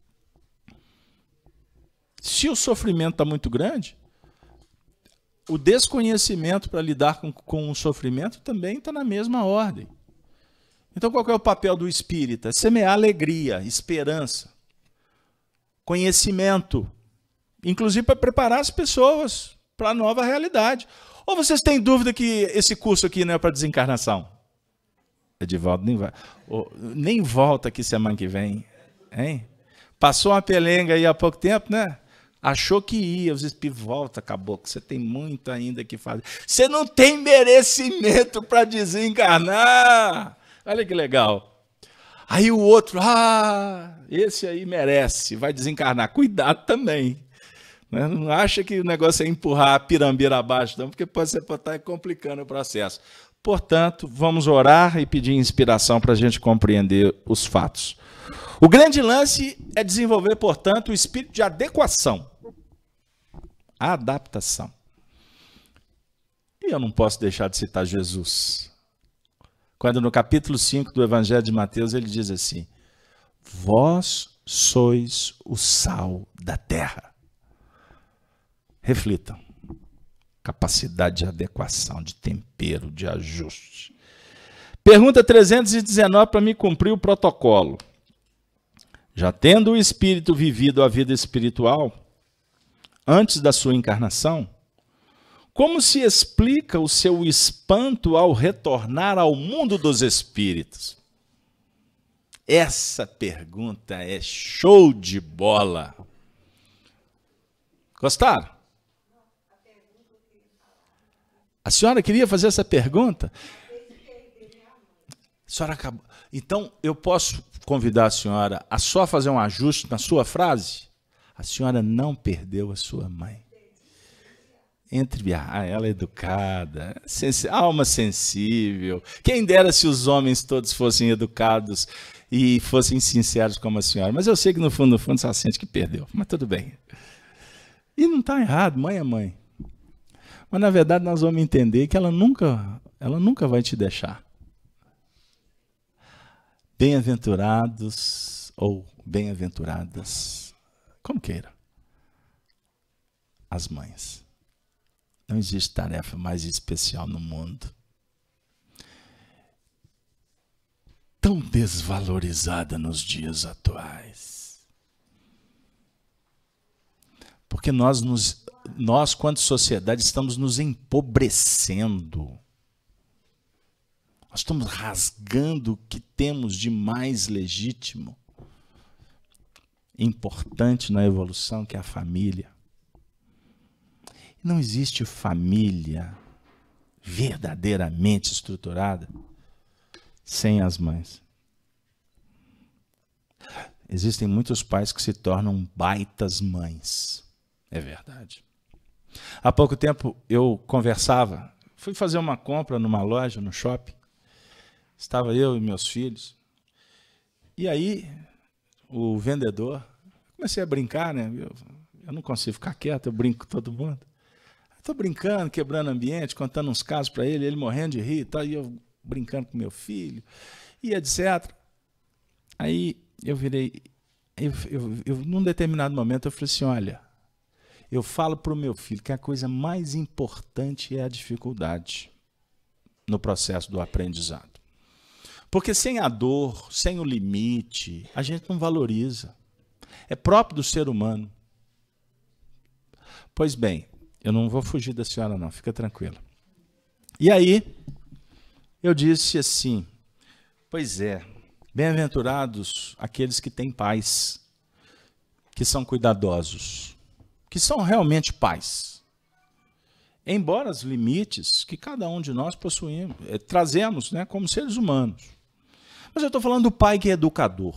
Se o sofrimento está muito grande, o desconhecimento para lidar com, com o sofrimento também está na mesma ordem. Então, qual é o papel do espírita? Semear alegria, esperança, conhecimento, inclusive para preparar as pessoas para a nova realidade. Ou vocês têm dúvida que esse curso aqui não é para desencarnação? Edivaldo nem vai. Oh, nem volta aqui semana que vem. Hein? Passou uma pelenga aí há pouco tempo, né? Achou que ia, os espíritos volta, acabou, que você tem muito ainda que fazer. Você não tem merecimento para desencarnar. Olha que legal. Aí o outro, ah, esse aí merece, vai desencarnar. Cuidado também. Não acha que o negócio é empurrar a pirambeira abaixo, não, porque pode ser, pode estar complicando o processo. Portanto, vamos orar e pedir inspiração para a gente compreender os fatos. O grande lance é desenvolver, portanto, o espírito de adequação. A adaptação. E eu não posso deixar de citar Jesus. Quando no capítulo cinco do Evangelho de Mateus ele diz assim, vós sois o sal da terra. Reflitam. Capacidade de adequação, de tempero, de ajuste. Pergunta trezentos e dezenove para me cumprir o protocolo. Já tendo o espírito vivido a vida espiritual, antes da sua encarnação, como se explica o seu espanto ao retornar ao mundo dos espíritos? Essa pergunta é show de bola. Gostaram? A senhora queria fazer essa pergunta? A senhora acabou. Então, eu posso convidar a senhora a só fazer um ajuste na sua frase? A senhora não perdeu a sua mãe. Entre, ah, ela é educada, sensi, alma sensível. Quem dera se os homens todos fossem educados e fossem sinceros como a senhora. Mas eu sei que no fundo, no fundo, você sente que perdeu. Mas tudo bem. E não está errado, mãe é mãe. Mas na verdade nós vamos entender que ela nunca, ela nunca vai te deixar. Bem-aventurados ou bem-aventuradas, como queira, as mães. Não existe tarefa mais especial no mundo. Tão desvalorizada nos dias atuais. Porque nós, nos, nós, quanto sociedade, estamos nos empobrecendo. Nós estamos rasgando o que temos de mais legítimo, importante na evolução, que é a família. Não existe família verdadeiramente estruturada sem as mães. Existem muitos pais que se tornam baitas mães. É verdade. Há pouco tempo eu conversava, fui fazer uma compra numa loja, no shopping. Estava eu e meus filhos. E aí, o vendedor, comecei a brincar, né? Eu, eu não consigo ficar quieto, eu brinco com todo mundo. Estou brincando, quebrando ambiente, contando uns casos para ele, ele morrendo de rir, tá, e eu brincando com meu filho, e etcétera. Aí eu virei, eu, eu, eu, num determinado momento eu falei assim, olha, eu falo para o meu filho que a coisa mais importante é a dificuldade no processo do aprendizado. Porque sem a dor, sem o limite, a gente não valoriza. É próprio do ser humano. Pois bem, eu não vou fugir da senhora não, fica tranquila. E aí, eu disse assim, pois é, bem-aventurados aqueles que têm pais, que são cuidadosos, que são realmente pais. Embora os limites que cada um de nós possuímos, é, trazemos, né, como seres humanos. Mas eu estou falando do pai que é educador.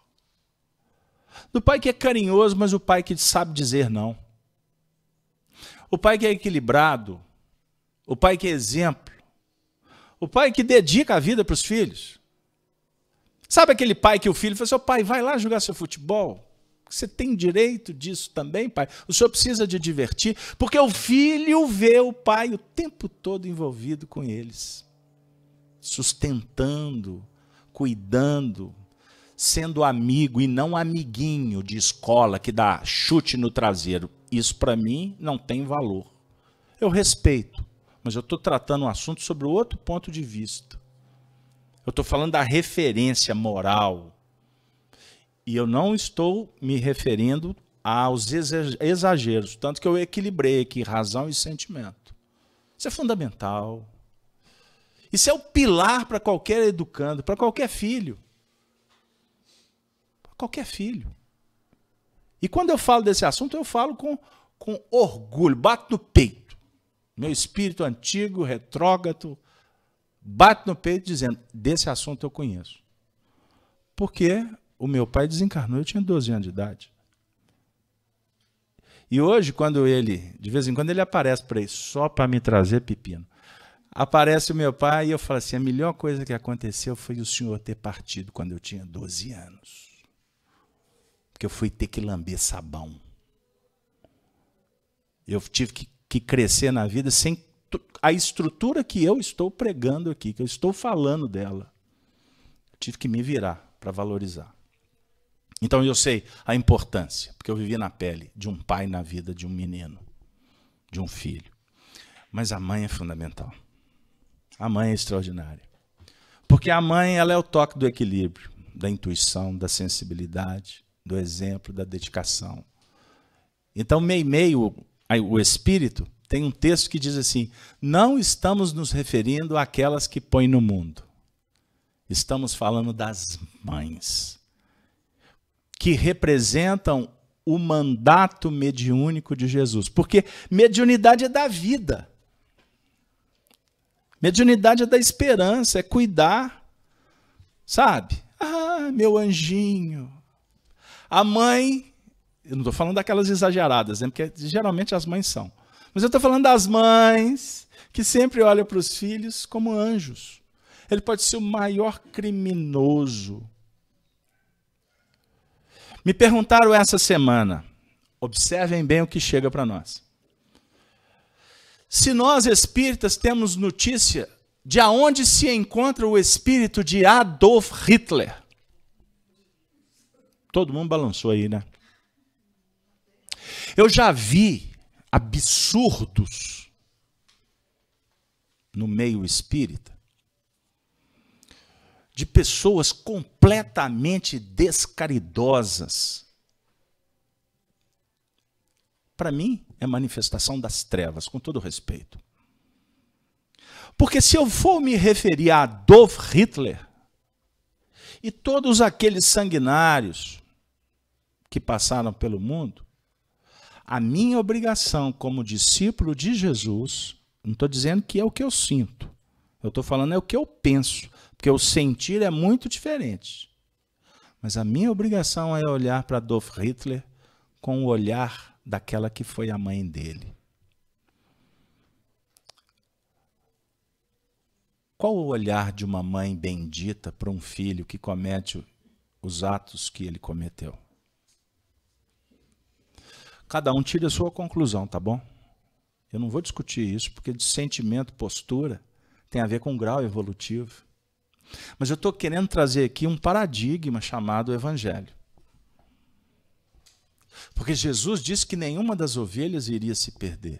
Do pai que é carinhoso, mas o pai que sabe dizer não. O pai que é equilibrado, o pai que é exemplo, o pai que dedica a vida para os filhos. Sabe aquele pai que o filho fala assim, pai, vai lá jogar seu futebol? Você tem direito disso também, pai? O senhor precisa de divertir, porque o filho vê o pai o tempo todo envolvido com eles, sustentando, cuidando, sendo amigo e não amiguinho de escola que dá chute no traseiro. Isso, para mim, não tem valor. Eu respeito, mas eu estou tratando um assunto sobre outro ponto de vista. Eu estou falando da referência moral. E eu não estou me referindo aos exageros, tanto que eu equilibrei aqui razão e sentimento. Isso é fundamental. Isso é o pilar para qualquer educando, para qualquer filho. Para qualquer filho. E quando eu falo desse assunto, eu falo com, com orgulho, bato no peito. Meu espírito antigo, retrógrado, bate no peito dizendo, desse assunto eu conheço. Porque o meu pai desencarnou, eu tinha doze anos de idade. E hoje, quando ele, de vez em quando ele aparece para isso, só para me trazer pepino. Aparece o meu pai e eu falo assim, a melhor coisa que aconteceu foi o senhor ter partido quando eu tinha doze anos. Porque eu fui ter que lamber sabão. Eu tive que, que crescer na vida sem a estrutura que eu estou pregando aqui, que eu estou falando dela. Eu tive que me virar para valorizar. Então eu sei a importância, porque eu vivi na pele de um pai na vida de um menino, de um filho. Mas a mãe é fundamental. A mãe é extraordinária. Porque a mãe, ela é o toque do equilíbrio, da intuição, da sensibilidade, do exemplo, da dedicação. Então, meio-meio, o Espírito, tem um texto que diz assim, não estamos nos referindo àquelas que põem no mundo. Estamos falando das mães, que representam o mandato mediúnico de Jesus. Porque mediunidade é da vida. Mediunidade é da esperança, é cuidar. Sabe? Ah, meu anjinho. A mãe, eu não estou falando daquelas exageradas, né? Porque geralmente as mães são. Mas eu estou falando das mães que sempre olham para os filhos como anjos. Ele pode ser o maior criminoso. Me perguntaram essa semana, observem bem o que chega para nós. Se nós espíritas temos notícia de aonde se encontra o espírito de Adolf Hitler. Todo mundo balançou aí, né? Eu já vi absurdos no meio espírita de pessoas completamente descaridosas. Para mim, é manifestação das trevas, com todo respeito. Porque se eu for me referir a Adolf Hitler e todos aqueles sanguinários que passaram pelo mundo, a minha obrigação como discípulo de Jesus, não estou dizendo que é o que eu sinto, eu estou falando é o que eu penso, porque o sentir é muito diferente. Mas a minha obrigação é olhar para Adolf Hitler com o olhar daquela que foi a mãe dele. Qual o olhar de uma mãe bendita para um filho que comete os atos que ele cometeu? Cada um tira a sua conclusão, tá bom? Eu não vou discutir isso, porque de sentimento, postura, tem a ver com grau evolutivo. Mas eu estou querendo trazer aqui um paradigma chamado Evangelho. Porque Jesus disse que nenhuma das ovelhas iria se perder.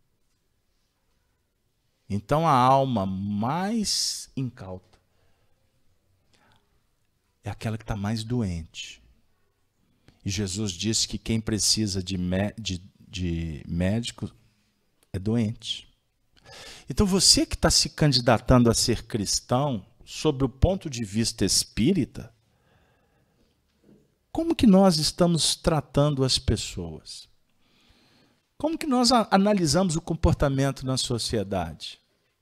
Então a alma mais incauta é aquela que está mais doente. E Jesus disse que quem precisa de, de, de médico é doente. Então você que está se candidatando a ser cristão, sob o ponto de vista espírita, como que nós estamos tratando as pessoas? Como que nós analisamos o comportamento na sociedade?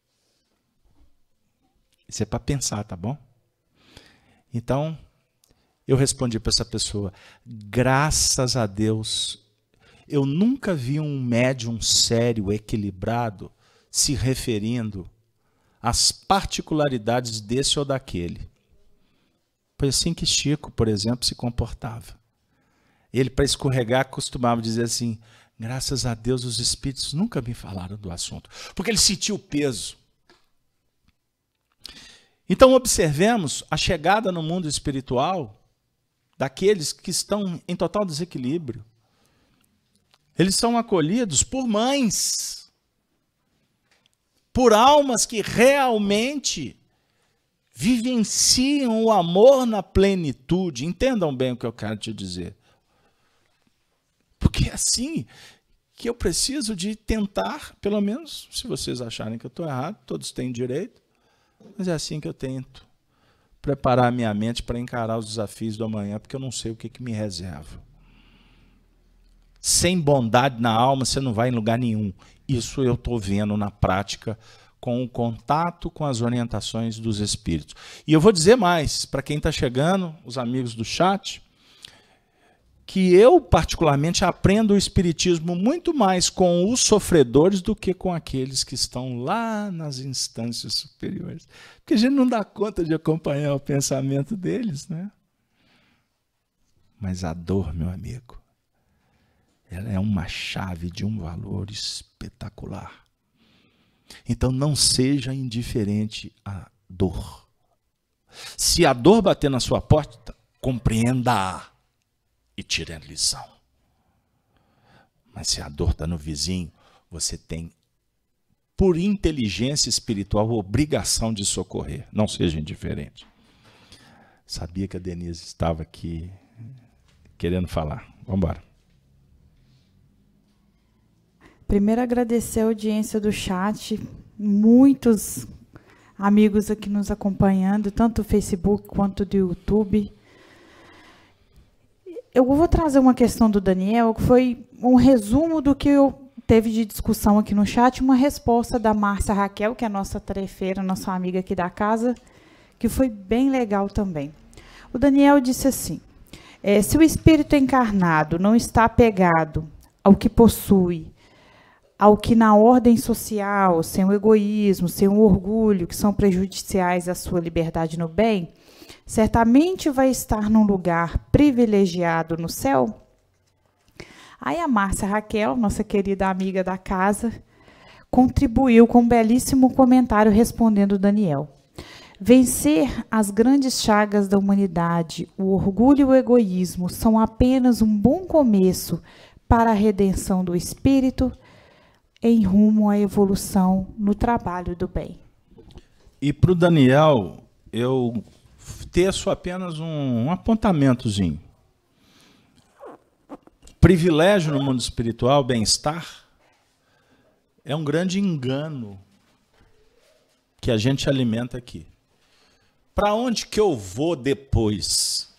Isso é para pensar, tá bom? Então, eu respondi para essa pessoa, graças a Deus, eu nunca vi um médium sério, equilibrado, se referindo às particularidades desse ou daquele. Foi assim que Chico, por exemplo, se comportava. Ele, para escorregar, costumava dizer assim, graças a Deus os espíritos nunca me falaram do assunto, porque ele sentiu o peso. Então observemos a chegada no mundo espiritual daqueles que estão em total desequilíbrio. Eles são acolhidos por mães, por almas que realmente vivenciam o amor na plenitude. Entendam bem o que eu quero te dizer. Porque é assim que eu preciso de tentar, pelo menos, se vocês acharem que eu estou errado, todos têm direito, mas é assim que eu tento preparar a minha mente para encarar os desafios do amanhã, porque eu não sei o que, que me reserva. Sem bondade na alma, você não vai em lugar nenhum. Isso eu estou vendo na prática, com o contato com as orientações dos espíritos. E eu vou dizer mais, para quem está chegando, os amigos do chat, que eu, particularmente, aprendo o espiritismo muito mais com os sofredores do que com aqueles que estão lá nas instâncias superiores. Porque a gente não dá conta de acompanhar o pensamento deles, né? Mas a dor, meu amigo, ela é uma chave de um valor espetacular. Então não seja indiferente à dor. Se a dor bater na sua porta, compreenda-a e tire a lição. Mas se a dor está no vizinho, você tem por inteligência espiritual, obrigação de socorrer. Não seja indiferente. Sabia que a Denise estava aqui querendo falar. Vamos embora. Primeiro, agradecer a audiência do chat. Muitos amigos aqui nos acompanhando, tanto do Facebook quanto do YouTube. Eu vou trazer uma questão do Daniel, que foi um resumo do que eu teve de discussão aqui no chat, uma resposta da Márcia Raquel, que é a nossa tarefeira, nossa amiga aqui da casa, que foi bem legal também. O Daniel disse assim, é, se o espírito encarnado não está apegado ao que possui, ao que na ordem social, sem o egoísmo, sem o orgulho, que são prejudiciais à sua liberdade no bem, certamente vai estar num lugar privilegiado no céu? Aí a Márcia Raquel, nossa querida amiga da casa, contribuiu com um belíssimo comentário respondendo Daniel. Vencer as grandes chagas da humanidade, o orgulho e o egoísmo, são apenas um bom começo para a redenção do espírito em rumo à evolução no trabalho do bem. E para o Daniel, eu teço apenas um, um apontamentozinho. Privilégio no mundo espiritual, bem-estar, é um grande engano que a gente alimenta aqui. Para onde que eu vou depois?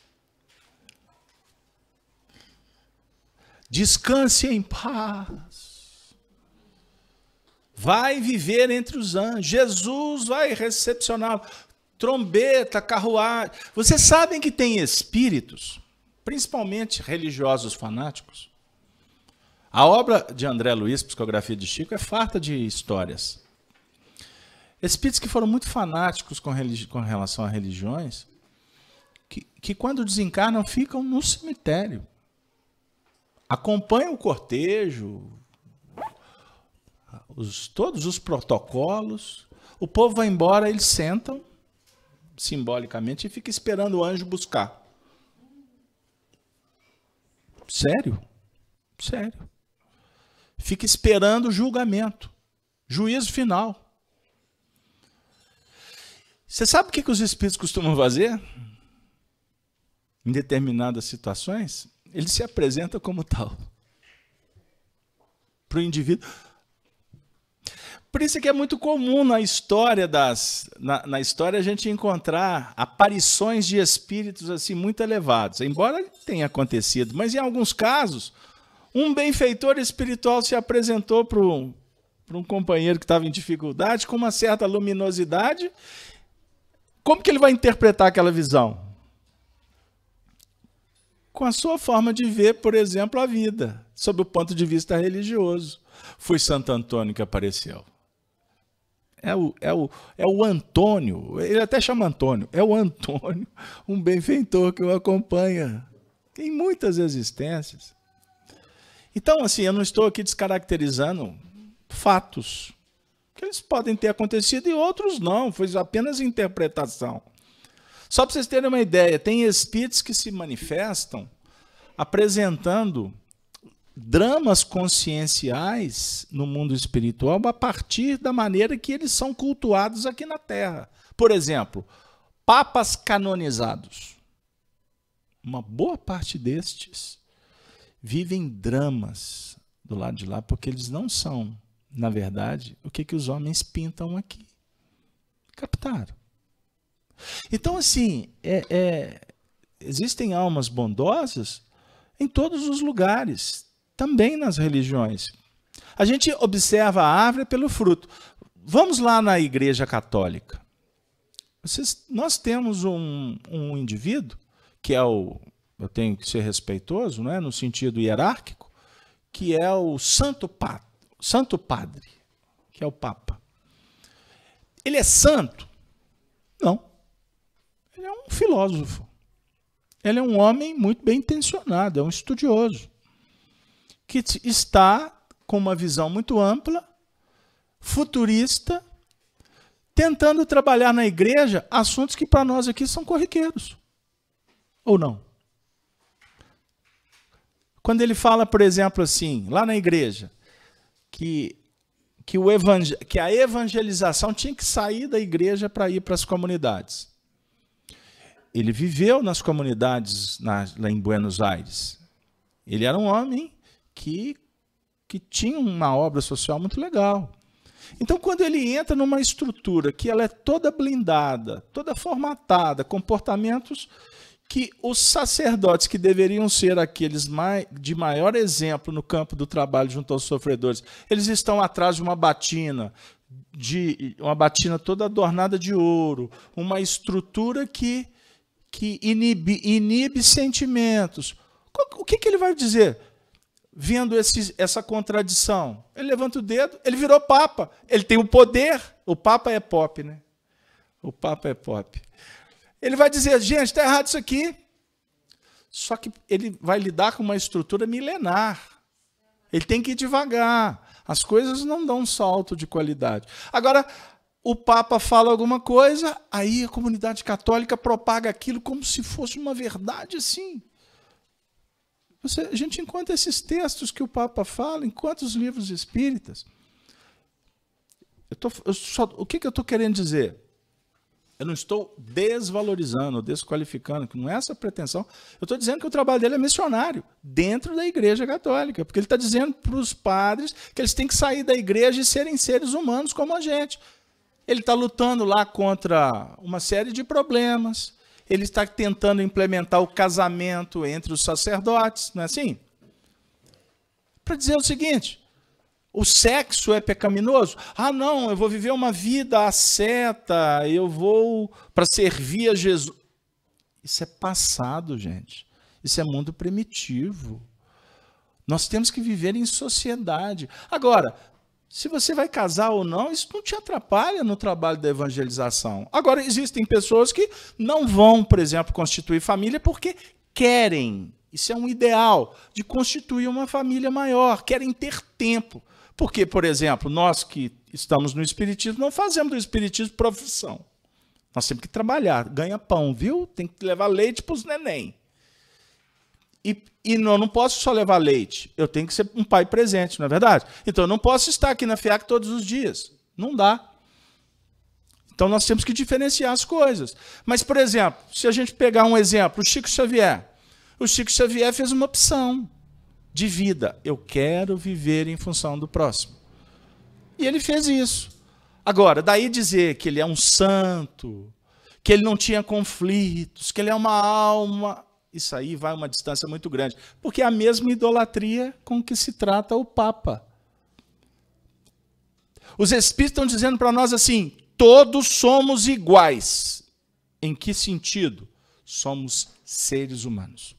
Descanse em paz. Vai viver entre os anjos. Jesus vai recepcioná-lo. Trombeta, carruagem. Vocês sabem que tem espíritos, principalmente religiosos fanáticos. A obra de André Luiz, Psicografia de Chico, é farta de histórias. Espíritos que foram muito fanáticos com, religi- com relação a religiões, que, que quando desencarnam ficam no cemitério. Acompanham o cortejo, os, todos os protocolos. O povo vai embora, eles sentam, simbolicamente, e ficam esperando o anjo buscar. Sério? Sério. Fica esperando o julgamento, juízo final. Você sabe o que, que os espíritos costumam fazer? Em determinadas situações, eles se apresentam como tal. Para o indivíduo. Por isso é que é muito comum na história das, na, na história a gente encontrar aparições de espíritos assim muito elevados, embora tenha acontecido, mas em alguns casos um benfeitor espiritual se apresentou para um, para um companheiro que estava em dificuldade com uma certa luminosidade. Como que ele vai interpretar aquela visão? Com a sua forma de ver, por exemplo, a vida, sob o ponto de vista religioso. Foi Santo Antônio que apareceu. É o, é, o, é o Antônio, ele até chama Antônio, é o Antônio, um benfeitor que o acompanha em muitas existências. Então, assim, eu não estou aqui descaracterizando fatos, que eles podem ter acontecido e outros não, foi apenas interpretação. Só para vocês terem uma ideia, tem espíritos que se manifestam apresentando dramas conscienciais no mundo espiritual a partir da maneira que eles são cultuados aqui na Terra. Por exemplo, papas canonizados. Uma boa parte destes vivem dramas do lado de lá, porque eles não são, na verdade, o que, que os homens pintam aqui. Captaram. Então, assim, é, é, existem almas bondosas em todos os lugares, também nas religiões. A gente observa a árvore pelo fruto. Vamos lá na Igreja Católica. Vocês, nós temos um, um indivíduo, que é o, eu tenho que ser respeitoso, né, no sentido hierárquico, que é o Santo, pa, Santo Padre, que é o Papa. Ele é santo? Não. Ele é um filósofo. Ele é um homem muito bem intencionado, é um estudioso, que está com uma visão muito ampla, futurista, tentando trabalhar na igreja assuntos que para nós aqui são corriqueiros. Ou não? Quando ele fala, por exemplo, assim, lá na igreja, que, que, o evangel que a evangelização tinha que sair da igreja para ir para as comunidades. Ele viveu nas comunidades na, lá em Buenos Aires. Ele era um homem que, que tinha uma obra social muito legal. Então, quando ele entra numa estrutura que ela é toda blindada, toda formatada, comportamentos que os sacerdotes, que deveriam ser aqueles de maior exemplo no campo do trabalho junto aos sofredores, eles estão atrás de uma batina, de uma batina toda adornada de ouro, uma estrutura que, que inibe, inibe sentimentos. O que, que ele vai dizer? Vendo esse, essa contradição, ele levanta o dedo, ele virou papa, ele tem o poder, o papa é pop, né? O papa é pop. Ele vai dizer, gente, está errado isso aqui. Só que ele vai lidar com uma estrutura milenar. Ele tem que ir devagar. As coisas não dão um salto de qualidade. Agora, o Papa fala alguma coisa, aí a comunidade católica propaga aquilo como se fosse uma verdade assim. Você, a gente encontra esses textos que o Papa fala em quantos livros espíritas? Eu tô, eu só, o que, que eu estou querendo dizer? Eu não estou desvalorizando, desqualificando, que não é essa a pretensão. Eu estou dizendo que o trabalho dele é missionário, dentro da Igreja Católica, porque ele está dizendo para os padres que eles têm que sair da igreja e serem seres humanos como a gente. Ele está lutando lá contra uma série de problemas, ele está tentando implementar o casamento entre os sacerdotes, não é assim? Para dizer o seguinte, o sexo é pecaminoso? Ah, não, eu vou viver uma vida asceta, eu vou para servir a Jesus. Isso é passado, gente. Isso é mundo primitivo. Nós temos que viver em sociedade. Agora, se você vai casar ou não, isso não te atrapalha no trabalho da evangelização. Agora, existem pessoas que não vão, por exemplo, constituir família porque querem, isso é um ideal, de constituir uma família maior, querem ter tempo. Porque, por exemplo, nós que estamos no espiritismo, não fazemos do espiritismo profissão. Nós temos que trabalhar, ganha pão, viu? Tem que levar leite para os neném. E, e não, não posso só levar leite, eu tenho que ser um pai presente, não é verdade? Então, eu não posso estar aqui na FIAC todos os dias. Não dá. Então, nós temos que diferenciar as coisas. Mas, por exemplo, se a gente pegar um exemplo, o Chico Xavier. O Chico Xavier fez uma opção de vida. Eu quero viver em função do próximo. E ele fez isso. Agora, daí dizer que ele é um santo, que ele não tinha conflitos, que ele é uma alma, isso aí vai uma distância muito grande. Porque é a mesma idolatria com que se trata o Papa. Os Espíritos estão dizendo para nós assim, todos somos iguais. Em que sentido? Somos seres humanos.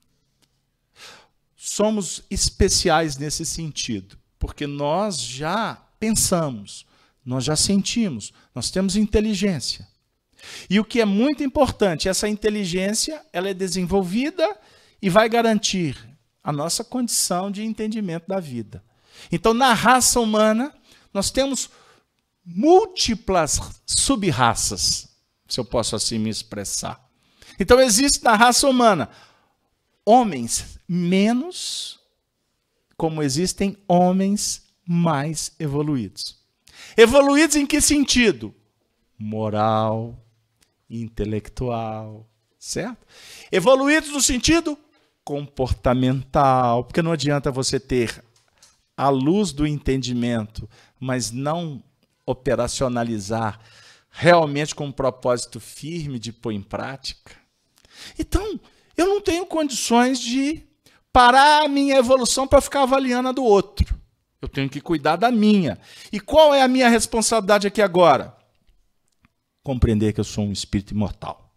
Somos especiais nesse sentido, porque nós já pensamos, nós já sentimos, nós temos inteligência. E o que é muito importante, essa inteligência ela é desenvolvida e vai garantir a nossa condição de entendimento da vida. Então, na raça humana, nós temos múltiplas sub-raças, se eu posso assim me expressar. Então, existe na raça humana homens menos, como existem homens mais evoluídos. Evoluídos em que sentido? Moral, intelectual, certo? Evoluídos no sentido comportamental, porque não adianta você ter a luz do entendimento, mas não operacionalizar realmente com um propósito firme de pôr em prática. Então, eu não tenho condições de parar a minha evolução para ficar avaliando a do outro. Eu tenho que cuidar da minha. E qual é a minha responsabilidade aqui agora? Compreender que eu sou um espírito imortal.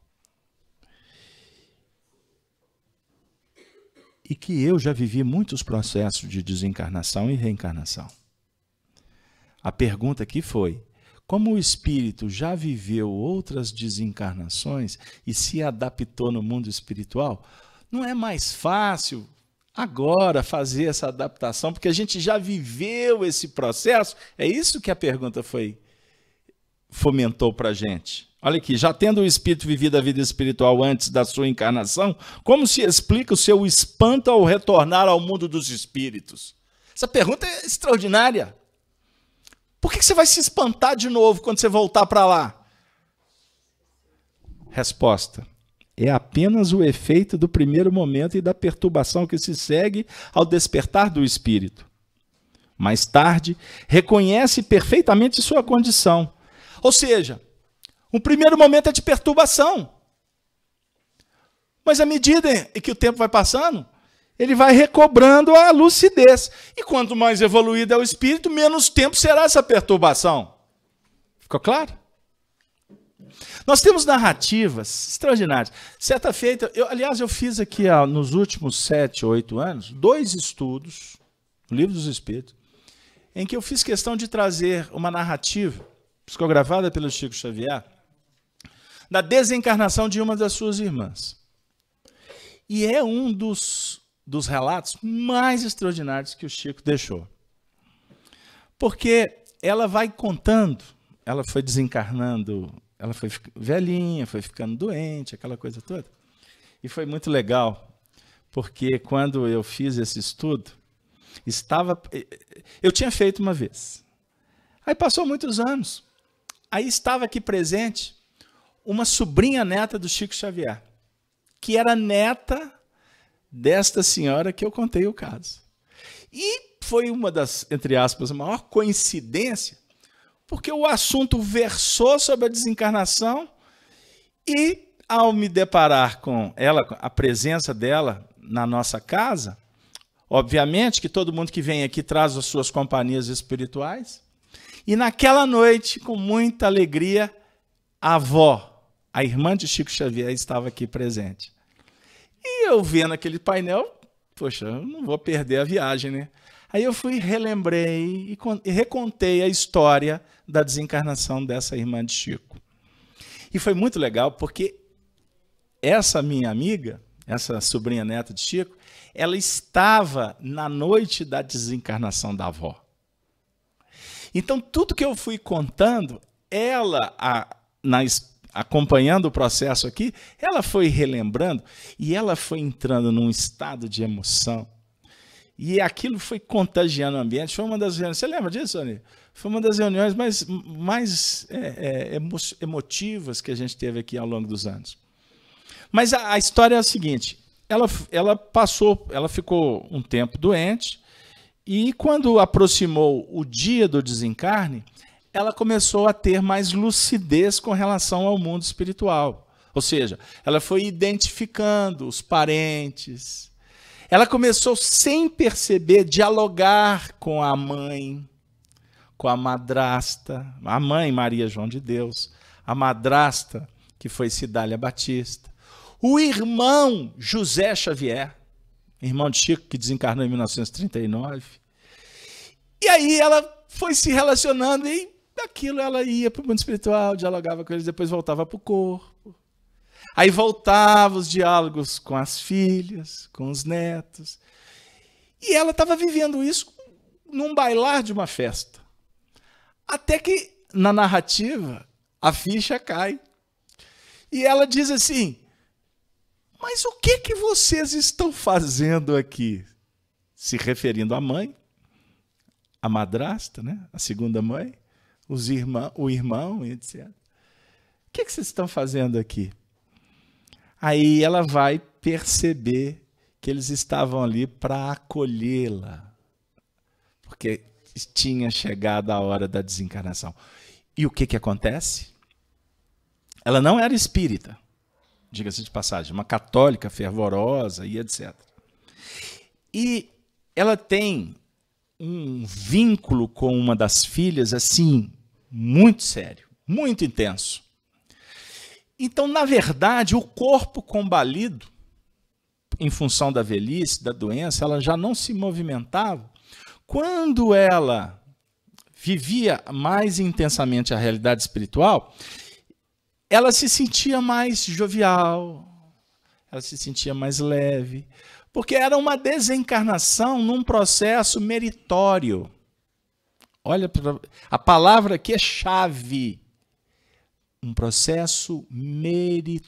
E que eu já vivi muitos processos de desencarnação e reencarnação. A pergunta aqui foi, como o espírito já viveu outras desencarnações e se adaptou no mundo espiritual, não é mais fácil agora fazer essa adaptação, porque a gente já viveu esse processo? É isso que a pergunta foi, fomentou para a gente. Olha aqui, já tendo o espírito vivido a vida espiritual antes da sua encarnação, como se explica o seu espanto ao retornar ao mundo dos espíritos? Essa pergunta é extraordinária. Por que você vai se espantar de novo quando você voltar para lá? Resposta: é apenas o efeito do primeiro momento e da perturbação que se segue ao despertar do espírito. Mais tarde, reconhece perfeitamente sua condição. Ou seja, o primeiro momento é de perturbação. Mas à medida em que o tempo vai passando, ele vai recobrando a lucidez. E quanto mais evoluído é o espírito, menos tempo será essa perturbação. Ficou claro? Nós temos narrativas extraordinárias. Certa feita, eu, aliás, eu fiz aqui ó, nos últimos sete, oito anos, dois estudos, no Livro dos Espíritos, em que eu fiz questão de trazer uma narrativa, psicografada pelo Chico Xavier, da desencarnação de uma das suas irmãs. E é um dos, dos relatos mais extraordinários que o Chico deixou. Porque ela vai contando, ela foi desencarnando, ela foi velhinha, foi ficando doente, aquela coisa toda. E foi muito legal, porque quando eu fiz esse estudo, estava, eu tinha feito uma vez. Aí passou muitos anos. Aí estava aqui presente uma sobrinha neta do Chico Xavier, que era neta desta senhora que eu contei o caso. E foi uma das, entre aspas, a maior coincidência, porque o assunto versou sobre a desencarnação e, ao me deparar com ela, a presença dela na nossa casa, obviamente que todo mundo que vem aqui traz as suas companhias espirituais, e naquela noite, com muita alegria, a avó, a irmã de Chico Xavier, estava aqui presente. E eu vendo aquele painel, poxa, eu não vou perder a viagem, né? Aí eu fui, relembrei e recontei a história da desencarnação dessa irmã de Chico. E foi muito legal, porque essa minha amiga, essa sobrinha neta de Chico, ela estava na noite da desencarnação da avó. Então, tudo que eu fui contando, ela, a, na, acompanhando o processo aqui, ela foi relembrando e ela foi entrando num estado de emoção. E aquilo foi contagiando o ambiente. Foi uma das reuniões. Você lembra disso, Sônia? Foi uma das reuniões mais, mais é, é, emo, emotivas que a gente teve aqui ao longo dos anos. Mas a, a história é a seguinte: ela, ela passou, ela ficou um tempo doente, e quando aproximou o dia do desencarne, ela começou a ter mais lucidez com relação ao mundo espiritual. Ou seja, ela foi identificando os parentes. Ela começou, sem perceber, dialogar com a mãe, com a madrasta, a mãe Maria João de Deus, a madrasta, que foi Cidália Batista, o irmão José Xavier, irmão de Chico, que desencarnou em mil novecentos e trinta e nove. E aí ela foi se relacionando e daquilo ela ia para o mundo espiritual, dialogava com eles, depois voltava para o corpo. Aí voltava os diálogos com as filhas, com os netos. E ela estava vivendo isso num bailar de uma festa. Até que, na narrativa, a ficha cai. E ela diz assim: mas o que, que vocês estão fazendo aqui? Se referindo à mãe, à madrasta, né? A segunda mãe, os irmão, o irmão, etcétera. O que, que vocês estão fazendo aqui? Aí ela vai perceber que eles estavam ali para acolhê-la, porque tinha chegado a hora da desencarnação. E o que, que acontece? Ela não era espírita, diga-se de passagem, uma católica fervorosa e etcétera. E ela tem um vínculo com uma das filhas, assim, muito sério, muito intenso. Então, na verdade, o corpo combalido, em função da velhice, da doença, ela já não se movimentava. Quando ela vivia mais intensamente a realidade espiritual, ela se sentia mais jovial, ela se sentia mais leve, porque era uma desencarnação num processo meritório. Olha, a palavra aqui é chave. Um processo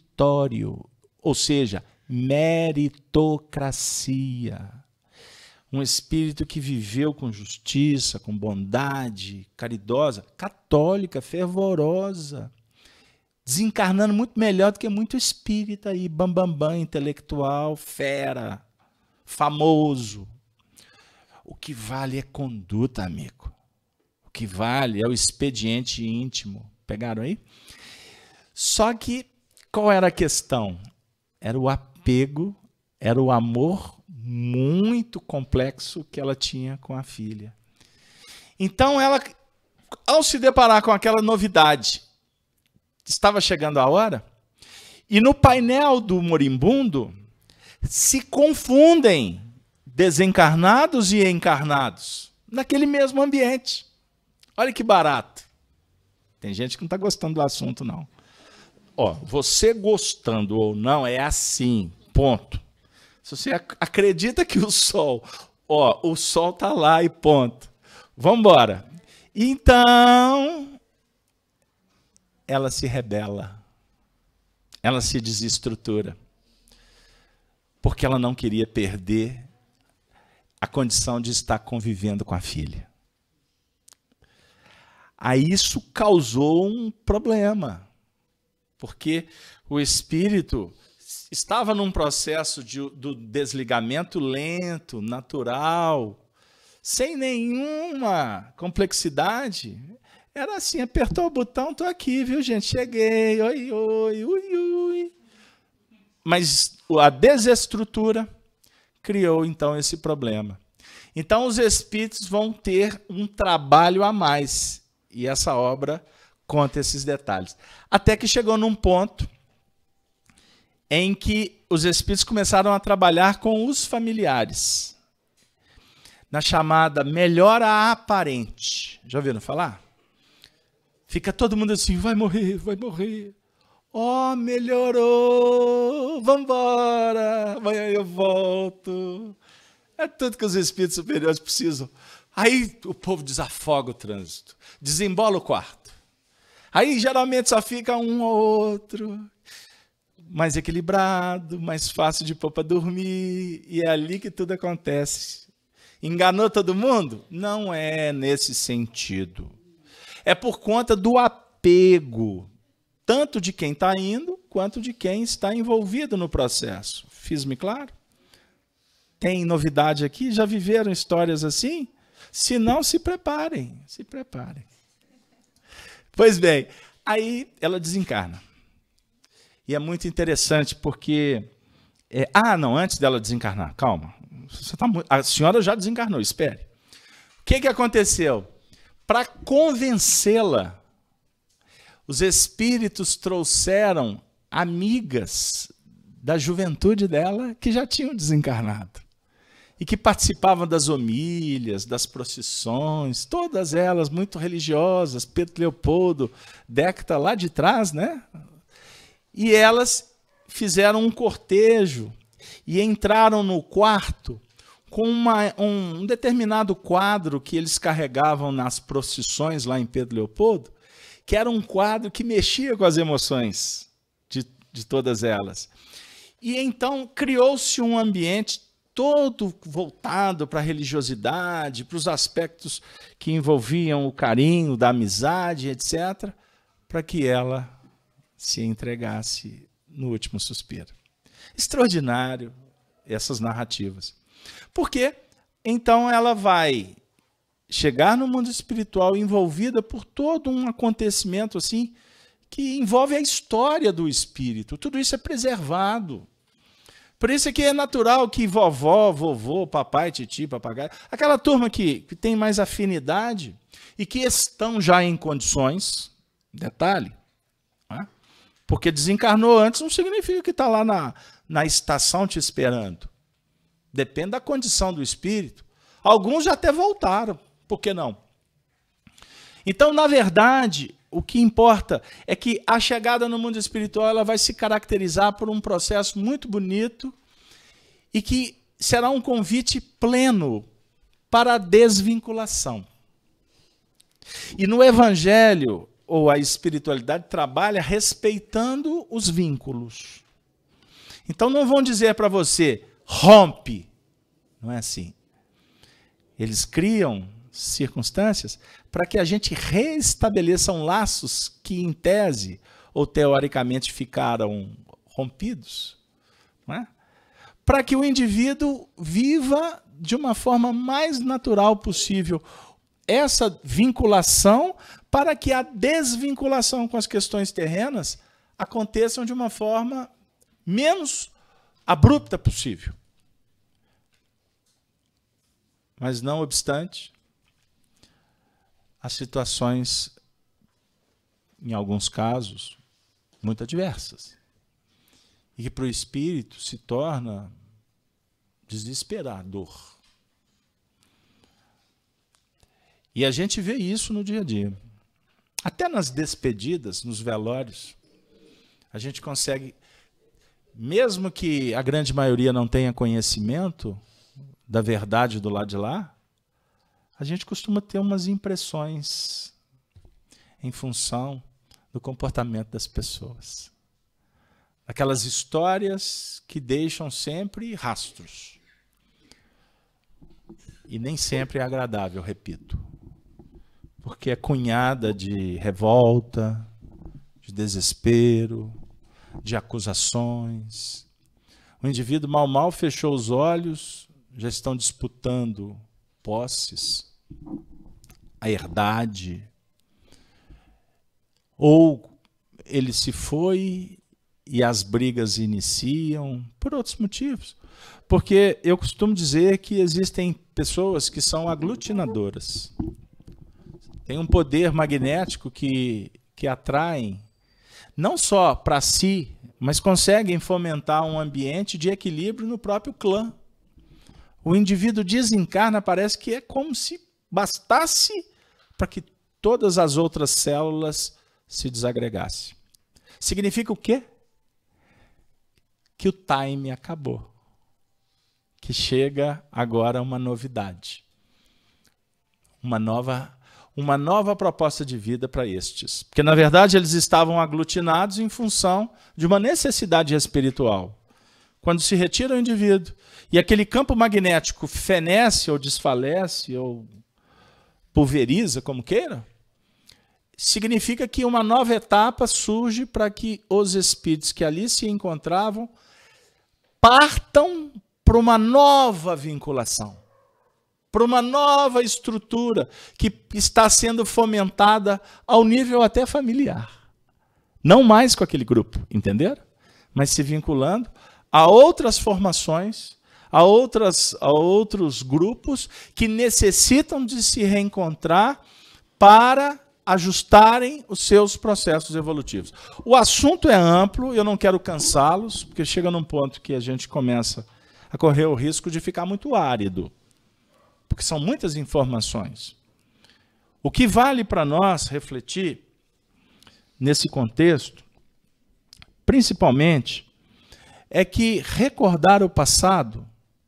meritório, ou seja, meritocracia. um espírito que viveu com justiça, com bondade, caridosa, católica, fervorosa, desencarnando muito melhor do que muito espírita aí, bambambam, bam, bam, intelectual, fera, famoso. O que vale é conduta, amigo. O que vale é o expediente íntimo. Pegaram aí? Só que, qual era a questão? Era o apego, era o amor muito complexo que ela tinha com a filha. Então, ela, ao se deparar com aquela novidade, estava chegando a hora, e no painel do moribundo se confundem desencarnados e encarnados, naquele mesmo ambiente. Olha que barato. Tem gente que não está gostando do assunto, não. Ó, você gostando ou não é assim, ponto. Se você ac- acredita que o sol, ó, o sol está lá e ponto. Vamos embora. Então, ela se rebela. Ela se desestrutura. Porque ela não queria perder a condição de estar convivendo com a filha. Aí isso causou um problema, porque o espírito estava num processo de, do desligamento lento, natural, sem nenhuma complexidade. Era assim, apertou o botão, estou aqui, viu, gente? Cheguei, oi, oi, ui, ui. Mas a desestrutura criou, então, esse problema. Então, os espíritos vão ter um trabalho a mais. E essa obra conta esses detalhes. Até que chegou num ponto em que os espíritos começaram a trabalhar com os familiares. Na chamada melhora aparente. Já ouviram falar? Fica todo mundo assim, vai morrer, vai morrer. Ó, oh, melhorou, vamos embora, amanhã eu volto. É tudo que os espíritos superiores precisam. Aí o povo desafoga o trânsito, desembola o quarto. Aí geralmente só fica um ou outro, mais equilibrado, mais fácil de pôr para dormir, e é ali que tudo acontece. Enganou todo mundo? Não é nesse sentido. É por conta do apego, tanto de quem está indo, quanto de quem está envolvido no processo. Fiz-me claro? Tem novidade aqui? Já viveram histórias assim? Se não, se preparem, se preparem. Pois bem, aí ela desencarna. E é muito interessante porque... É, ah, não, antes dela desencarnar, calma. Você tá muito, a senhora já desencarnou, espere. O que, que aconteceu? Para convencê-la, os espíritos trouxeram amigas da juventude dela que já tinham desencarnado. E que participavam das homílias, das procissões, todas elas muito religiosas, Pedro Leopoldo, década lá de trás, né? E elas fizeram um cortejo e entraram no quarto com uma, um, um determinado quadro que eles carregavam nas procissões lá em Pedro Leopoldo, que era um quadro que mexia com as emoções de, de todas elas. E então criou-se um ambiente todo voltado para a religiosidade, para os aspectos que envolviam o carinho, da amizade, etcétera, para que ela se entregasse no último suspiro. Extraordinário essas narrativas. Porque então ela vai chegar no mundo espiritual envolvida por todo um acontecimento assim que envolve a história do espírito. Tudo isso é preservado. Por isso é que é natural que vovó, vovô, papai, titi, papagaio, aquela turma que, que tem mais afinidade e que estão já em condições, detalhe, né? Porque desencarnou antes não significa que está lá na, na estação te esperando. Depende da condição do espírito. Alguns já até voltaram, por que não? Então, na verdade, o que importa é que a chegada no mundo espiritual ela vai se caracterizar por um processo muito bonito e que será um convite pleno para a desvinculação. E no Evangelho, ou a espiritualidade, trabalha respeitando os vínculos. Então não vão dizer para você, rompe. Não é assim. Eles criam circunstâncias para que a gente reestabeleçam laços que, em tese, ou teoricamente ficaram rompidos, não é? Para que o indivíduo viva de uma forma mais natural possível essa vinculação, para que a desvinculação com as questões terrenas aconteçam de uma forma menos abrupta possível. Mas, não obstante, as situações, em alguns casos, muito adversas. E que para o espírito se torna desesperador. E a gente vê isso no dia a dia. Até nas despedidas, nos velórios, a gente consegue, mesmo que a grande maioria não tenha conhecimento da verdade do lado de lá, a gente costuma ter umas impressões em função do comportamento das pessoas. Aquelas histórias que deixam sempre rastros. E nem sempre é agradável, repito. Porque é cunhada de revolta, de desespero, de acusações. O indivíduo mal mal fechou os olhos, já estão disputando posses, a herdade. Ou ele se foi e as brigas iniciam por outros motivos. Porque eu costumo dizer que existem pessoas que são aglutinadoras. Tem um poder magnético que, que atraem, não só para si, mas conseguem fomentar um ambiente de equilíbrio no próprio clã. O indivíduo desencarna, parece que é como se bastasse para que todas as outras células se desagregassem. Significa o quê? Que o time acabou. Que chega agora uma novidade. Uma nova, uma nova proposta de vida para estes. Porque, na verdade, eles estavam aglutinados em função de uma necessidade espiritual. Quando se retira o indivíduo e aquele campo magnético fenece ou desfalece ou pulveriza, como queira, significa que uma nova etapa surge para que os espíritos que ali se encontravam partam para uma nova vinculação, para uma nova estrutura que está sendo fomentada ao nível até familiar. Não mais com aquele grupo, entenderam? Mas se vinculando a outras formações, a, outras, a outros grupos que necessitam de se reencontrar para ajustarem os seus processos evolutivos. O assunto é amplo, eu não quero cansá-los, porque chega num ponto que a gente começa a correr o risco de ficar muito árido, porque são muitas informações. O que vale para nós refletir nesse contexto, principalmente, é que recordar o passado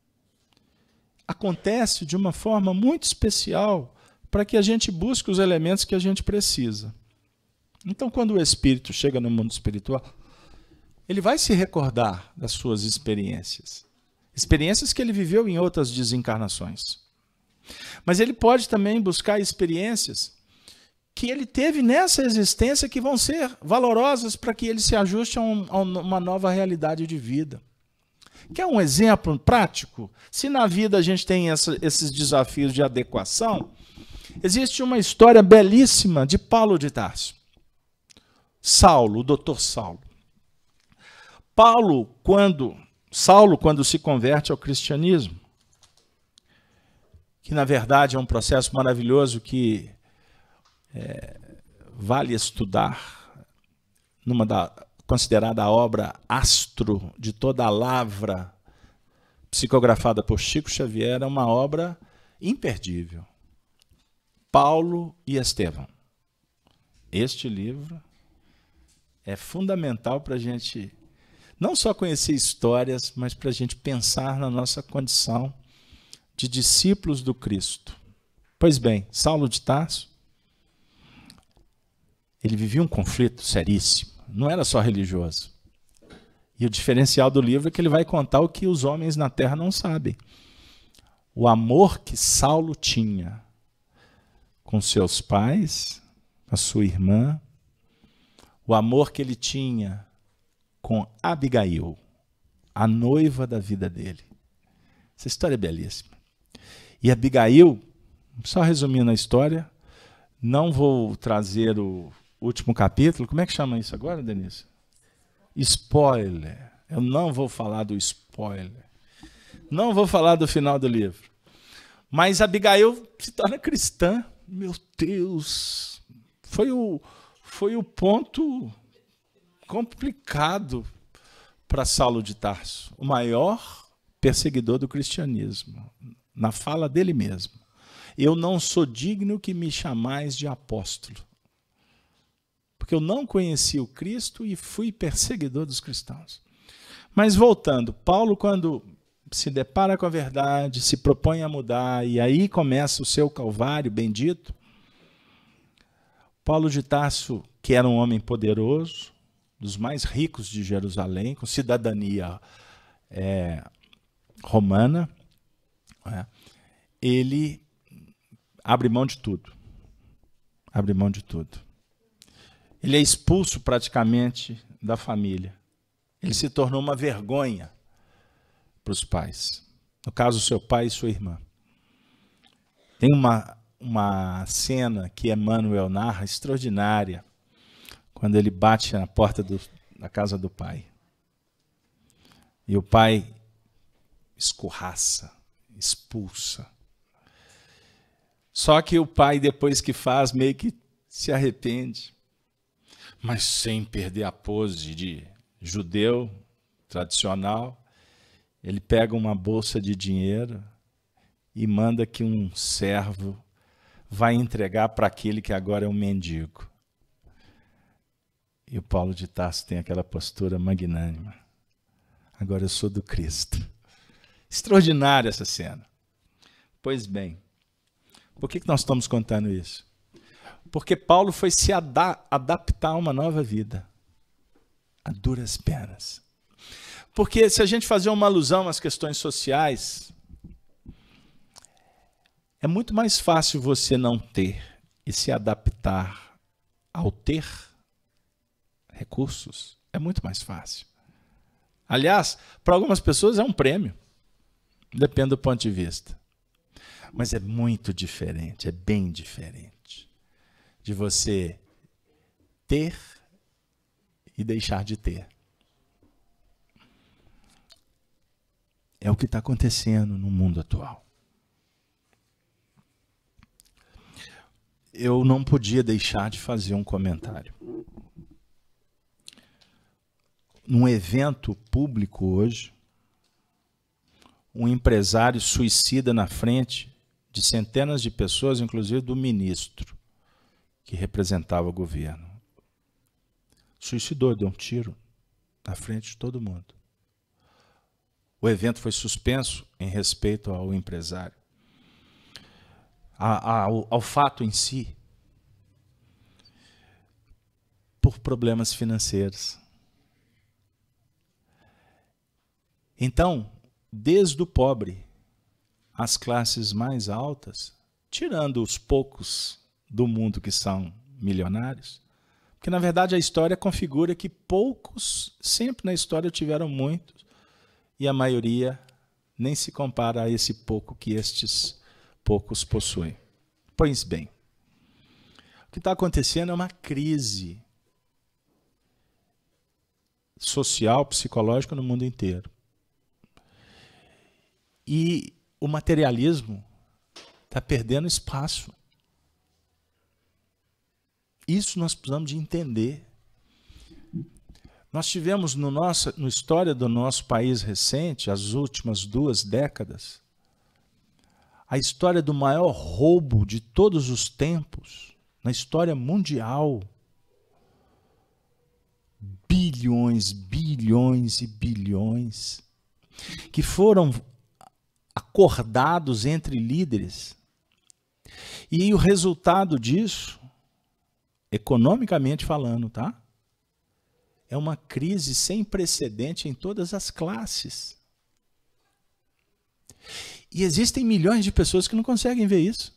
acontece de uma forma muito especial para que a gente busque os elementos que a gente precisa. Então, quando o espírito chega no mundo espiritual, ele vai se recordar das suas experiências. Experiências que ele viveu em outras desencarnações. Mas ele pode também buscar experiências que ele teve nessa existência que vão ser valorosas para que ele se ajuste a, um, a uma nova realidade de vida. Quer um exemplo prático? Se na vida a gente tem essa, esses desafios de adequação, existe uma história belíssima de Paulo de Tarso. Saulo, o doutor Saulo. Paulo, quando, Saulo, quando se converte ao cristianismo, que na verdade é um processo maravilhoso que é, vale estudar, numa da, considerada a obra astro de toda a lavra, psicografada por Chico Xavier, é uma obra imperdível. Paulo e Estevão. Este livro é fundamental para a gente não só conhecer histórias, mas para a gente pensar na nossa condição de discípulos do Cristo. Pois bem, Saulo de Tarso, ele vivia um conflito seríssimo, não era só religioso. E o diferencial do livro é que ele vai contar o que os homens na Terra não sabem. o amor que Saulo tinha com seus pais, a sua irmã, o amor que ele tinha com Abigail, a noiva da vida dele. Essa história é belíssima. E Abigail, só resumindo a história, não vou trazer o último capítulo. Como é que chama isso agora, Denise? Spoiler. Eu não vou falar do spoiler. Não vou falar do final do livro. Mas Abigail se torna cristã. Meu Deus! Foi o, foi o ponto complicado para Saulo de Tarso, o maior perseguidor do cristianismo, na fala dele mesmo. Eu não sou digno que me chamais de apóstolo, porque eu não conheci o Cristo e fui perseguidor dos cristãos. Mas voltando, Paulo, quando se depara com a verdade, se propõe a mudar, e aí começa o seu calvário bendito, Paulo de Tarso, que era um homem poderoso, dos mais ricos de Jerusalém, com cidadania é, romana, é, ele abre mão de tudo. Abre mão de tudo. Ele é expulso praticamente da família. Ele se tornou uma vergonha para os pais. No caso, seu pai e sua irmã. Tem uma, uma cena que Emmanuel narra, extraordinária, quando ele bate na porta do, da casa do pai. E o pai escorraça, expulsa. Só que o pai, depois que faz, meio que se arrepende. Mas sem perder a pose de judeu tradicional, ele pega uma bolsa de dinheiro e manda que um servo vá entregar para aquele que agora é um mendigo. E o Paulo de Tarso tem aquela postura magnânima. Agora eu sou do Cristo. Extraordinária essa cena. Pois bem, por que que nós estamos contando isso? Porque Paulo foi se ada- adaptar a uma nova vida, a duras penas. Porque se a gente fazer uma alusão às questões sociais, é muito mais fácil você não ter e se adaptar ao ter recursos. É muito mais fácil. Aliás, para algumas pessoas é um prêmio. Depende do ponto de vista. Mas é muito diferente, é bem diferente de você ter e deixar de ter. É o que está acontecendo no mundo atual. Eu não podia deixar de fazer um comentário. Num evento público hoje, um empresário suicida na frente de centenas de pessoas, inclusive do ministro, que representava o governo. Suicidou, deu um tiro na frente de todo mundo. O evento foi suspenso em respeito ao empresário. A, a, ao, ao fato em si, por problemas financeiros. Então, desde o pobre às classes mais altas, tirando os poucos do mundo que são milionários, porque na verdade a história configura que poucos sempre na história tiveram muitos e a maioria nem se compara a esse pouco que estes poucos possuem. Pois bem, o que está acontecendo é uma crise social, psicológica no mundo inteiro. E o materialismo está perdendo espaço. Isso nós precisamos de entender. Nós tivemos no nosso, na história do nosso país recente, as últimas duas décadas, a história do maior roubo de todos os tempos, na história mundial. Bilhões, bilhões e bilhões, que foram acordados entre líderes. E o resultado disso, economicamente falando, tá? É uma crise sem precedente em todas as classes. E existem milhões de pessoas que não conseguem ver isso.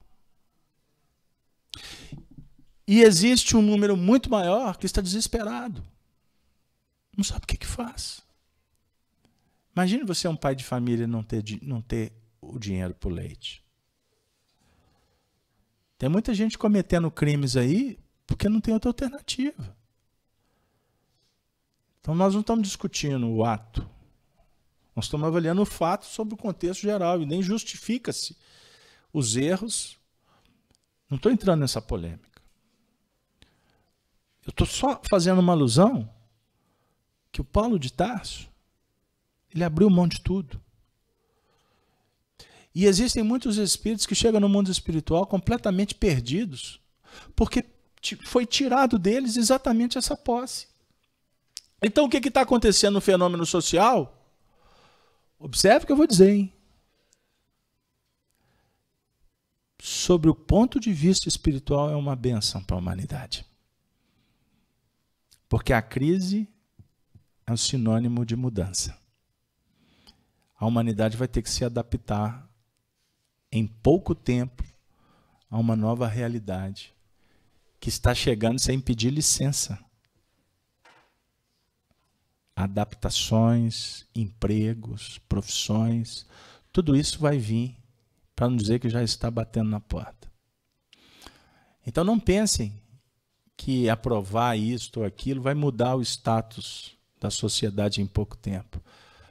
E existe um número muito maior que está desesperado. Não sabe o que, que faz. Imagine você é um pai de família e não ter, não ter o dinheiro para o leite. Tem muita gente cometendo crimes aí porque não tem outra alternativa. Então nós não estamos discutindo o ato. Nós estamos avaliando o fato sobre o contexto geral e nem justifica-se os erros. Não estou entrando nessa polêmica. Eu estou só fazendo uma alusão que o Paulo de Tarso, ele abriu mão de tudo. E existem muitos espíritos que chegam no mundo espiritual completamente perdidos, porque foi tirado deles exatamente essa posse. Então o que está acontecendo no fenômeno social? Observe o que eu vou dizer, hein? Sobre o ponto de vista espiritual, é uma bênção para a humanidade. Porque a crise é um sinônimo de mudança. A humanidade vai ter que se adaptar em pouco tempo a uma nova realidade que está chegando sem pedir licença. Adaptações, empregos, profissões, tudo isso vai vir, para não dizer que já está batendo na porta. Então não pensem que aprovar isto ou aquilo vai mudar o status da sociedade em pouco tempo.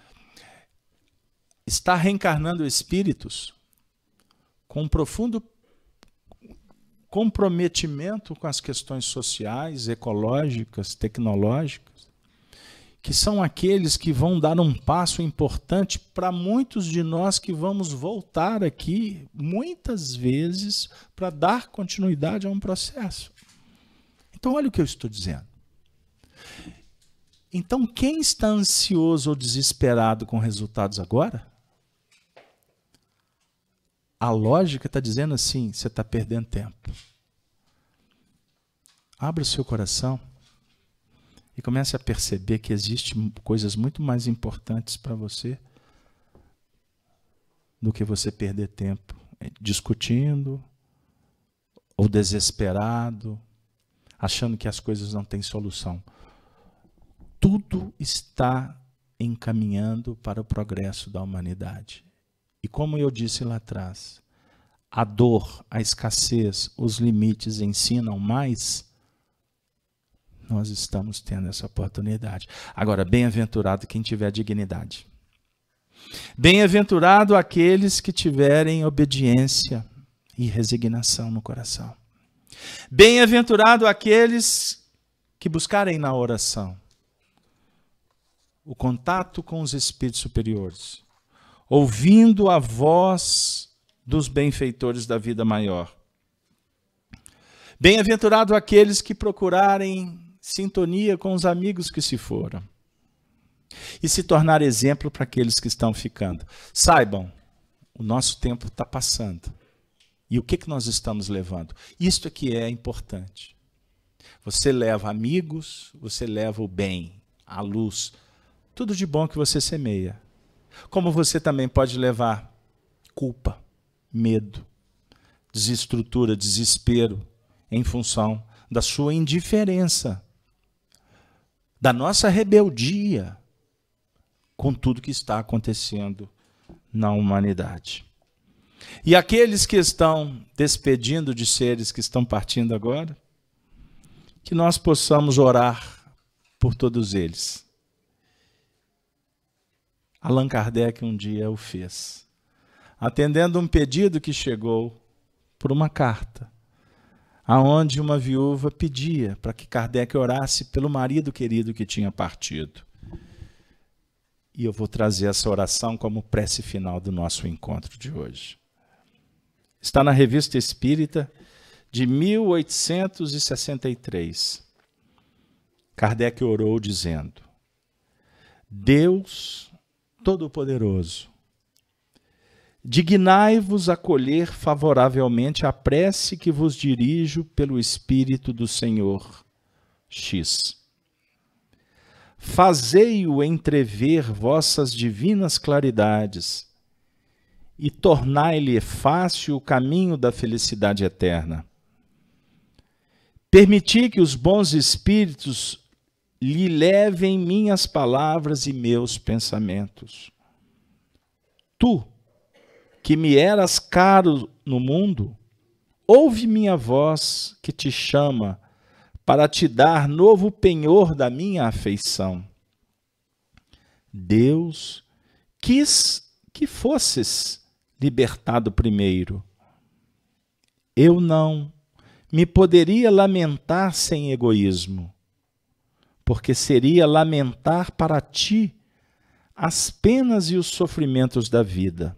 Está reencarnando espíritos com um profundo comprometimento com as questões sociais, ecológicas, tecnológicas, que são aqueles que vão dar um passo importante para muitos de nós que vamos voltar aqui muitas vezes para dar continuidade a um processo. Então, olha o que eu estou dizendo. Então, quem está ansioso ou desesperado com resultados agora? A lógica está dizendo assim, você está perdendo tempo. Abra o seu coração e comece a perceber que existem coisas muito mais importantes para você do que você perder tempo discutindo ou desesperado, achando que as coisas não têm solução. Tudo está encaminhando para o progresso da humanidade. E como eu disse lá atrás, a dor, a escassez, os limites ensinam mais, nós estamos tendo essa oportunidade. Agora, bem-aventurado quem tiver dignidade. Bem-aventurado aqueles que tiverem obediência e resignação no coração. Bem-aventurado aqueles que buscarem na oração o contato com os espíritos superiores, ouvindo a voz dos benfeitores da vida maior. Bem-aventurado aqueles que procurarem sintonia com os amigos que se foram e se tornar exemplo para aqueles que estão ficando. Saibam, o nosso tempo está passando. E o que, que nós estamos levando? Isto é que é importante. Você leva amigos, você leva o bem, a luz, tudo de bom que você semeia. Como você também pode levar culpa, medo, desestrutura, desespero, em função da sua indiferença, da nossa rebeldia com tudo que está acontecendo na humanidade. E aqueles que estão despedindo de seres que estão partindo agora, que nós possamos orar por todos eles. Allan Kardec um dia o fez, atendendo um pedido que chegou por uma carta, aonde uma viúva pedia para que Kardec orasse pelo marido querido que tinha partido. E eu vou trazer essa oração como prece final do nosso encontro de hoje. Está na Revista Espírita de mil oitocentos e sessenta e três. Kardec orou dizendo: Deus Todo-Poderoso, dignai-vos acolher favoravelmente a prece que vos dirijo pelo Espírito do Senhor X. Fazei-o entrever vossas divinas claridades e tornai-lhe fácil o caminho da felicidade eterna. Permiti que os bons espíritos lhe levem minhas palavras e meus pensamentos. Tu, que me eras caro no mundo, ouve minha voz que te chama para te dar novo penhor da minha afeição. Deus quis que fosses libertado primeiro. Eu não me poderia lamentar sem egoísmo, porque seria lamentar para ti as penas e os sofrimentos da vida.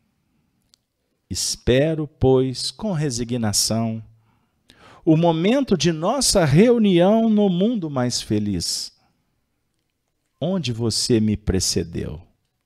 Espero, pois, com resignação, o momento de nossa reunião no mundo mais feliz, onde você me precedeu.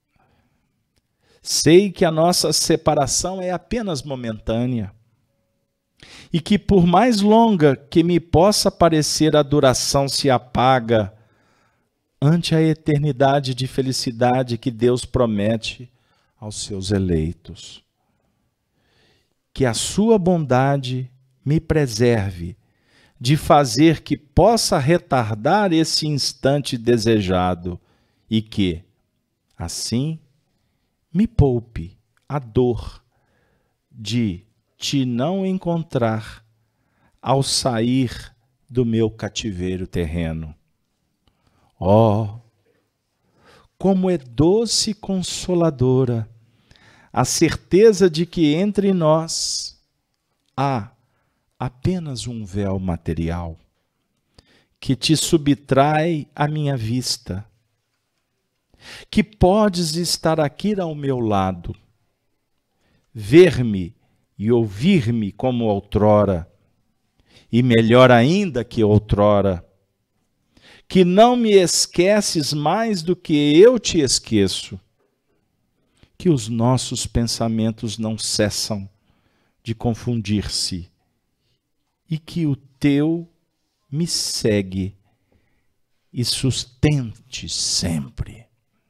Sei que a nossa separação é apenas momentânea e que, por mais longa que me possa parecer, a duração se apaga ante a eternidade de felicidade que Deus promete aos seus eleitos. Que a sua bondade me preserve de fazer que possa retardar esse instante desejado e que, assim, me poupe a dor de te não encontrar ao sair do meu cativeiro terreno. Oh, como é doce e consoladora a certeza de que entre nós há apenas um véu material que te subtrai a minha vista, que podes estar aqui ao meu lado, ver-me e ouvir-me como outrora, e melhor ainda que outrora, que não me esqueces mais do que eu te esqueço, que os nossos pensamentos não cessam de confundir-se e que o teu me segue e sustente sempre.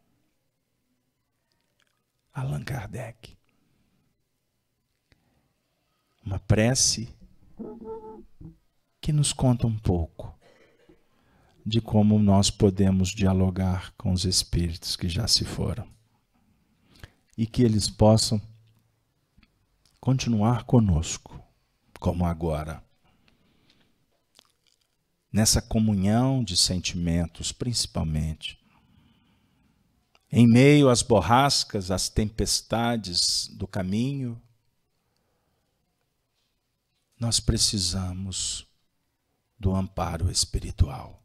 Allan Kardec. Uma prece que nos conta um pouco de como nós podemos dialogar com os espíritos que já se foram e que eles possam continuar conosco, como agora, nessa comunhão de sentimentos, principalmente, em meio às borrascas, às tempestades do caminho. Nós precisamos do amparo espiritual.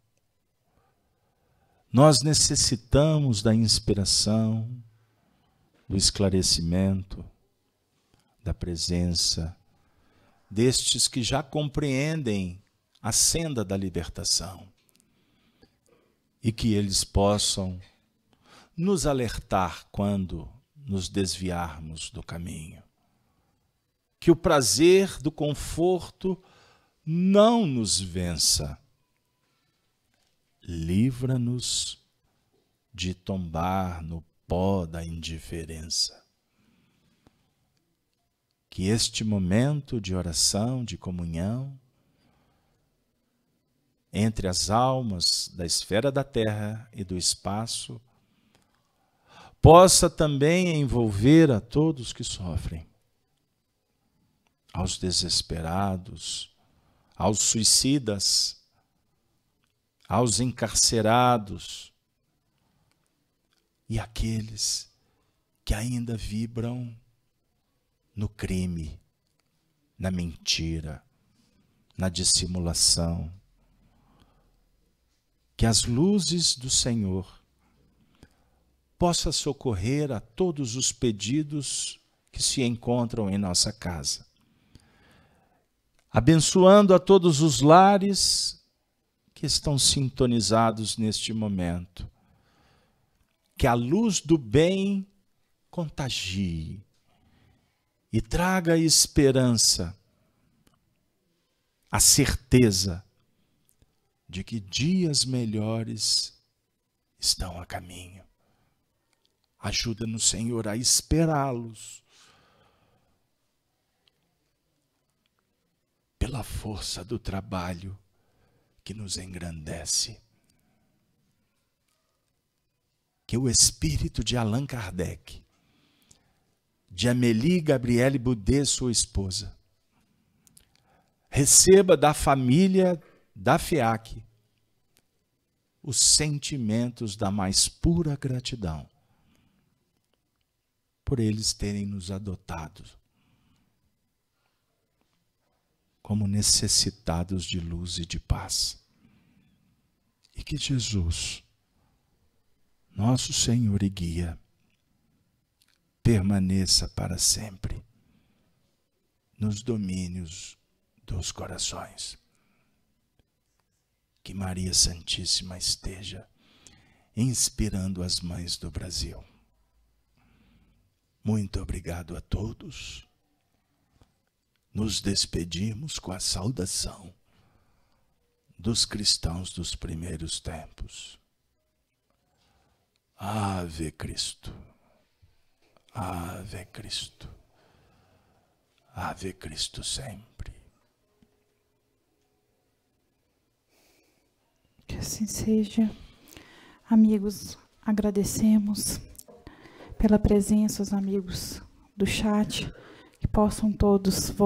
Nós necessitamos da inspiração, do esclarecimento, da presença destes que já compreendem a senda da libertação e que eles possam nos alertar quando nos desviarmos do caminho. Que o prazer do conforto não nos vença. Livra-nos de tombar no pó da indiferença. Que este momento de oração, de comunhão, entre as almas da esfera da terra e do espaço, possa também envolver a todos que sofrem, aos desesperados, aos suicidas, aos encarcerados e aqueles que ainda vibram no crime, na mentira, na dissimulação. Que as luzes do Senhor possam socorrer a todos os pedidos que se encontram em nossa casa, abençoando a todos os lares que estão sintonizados neste momento. Que a luz do bem contagie e traga esperança, a certeza de que dias melhores estão a caminho. Ajuda-nos, Senhor, a esperá-los pela força do trabalho que nos engrandece. Que o espírito de Allan Kardec, de Amélie Gabrielle Boudet, sua esposa, receba da família da FEAC os sentimentos da mais pura gratidão por eles terem nos adotado como necessitados de luz e de paz. E que Jesus, nosso Senhor e Guia, permaneça para sempre nos domínios dos corações. Que Maria Santíssima esteja inspirando as mães do Brasil. Muito obrigado a todos. Nos despedimos com a saudação dos cristãos dos primeiros tempos. Ave Cristo, Ave Cristo, Ave Cristo sempre. Que assim seja. Amigos, agradecemos pela presença, os amigos do chat, que possam todos voltar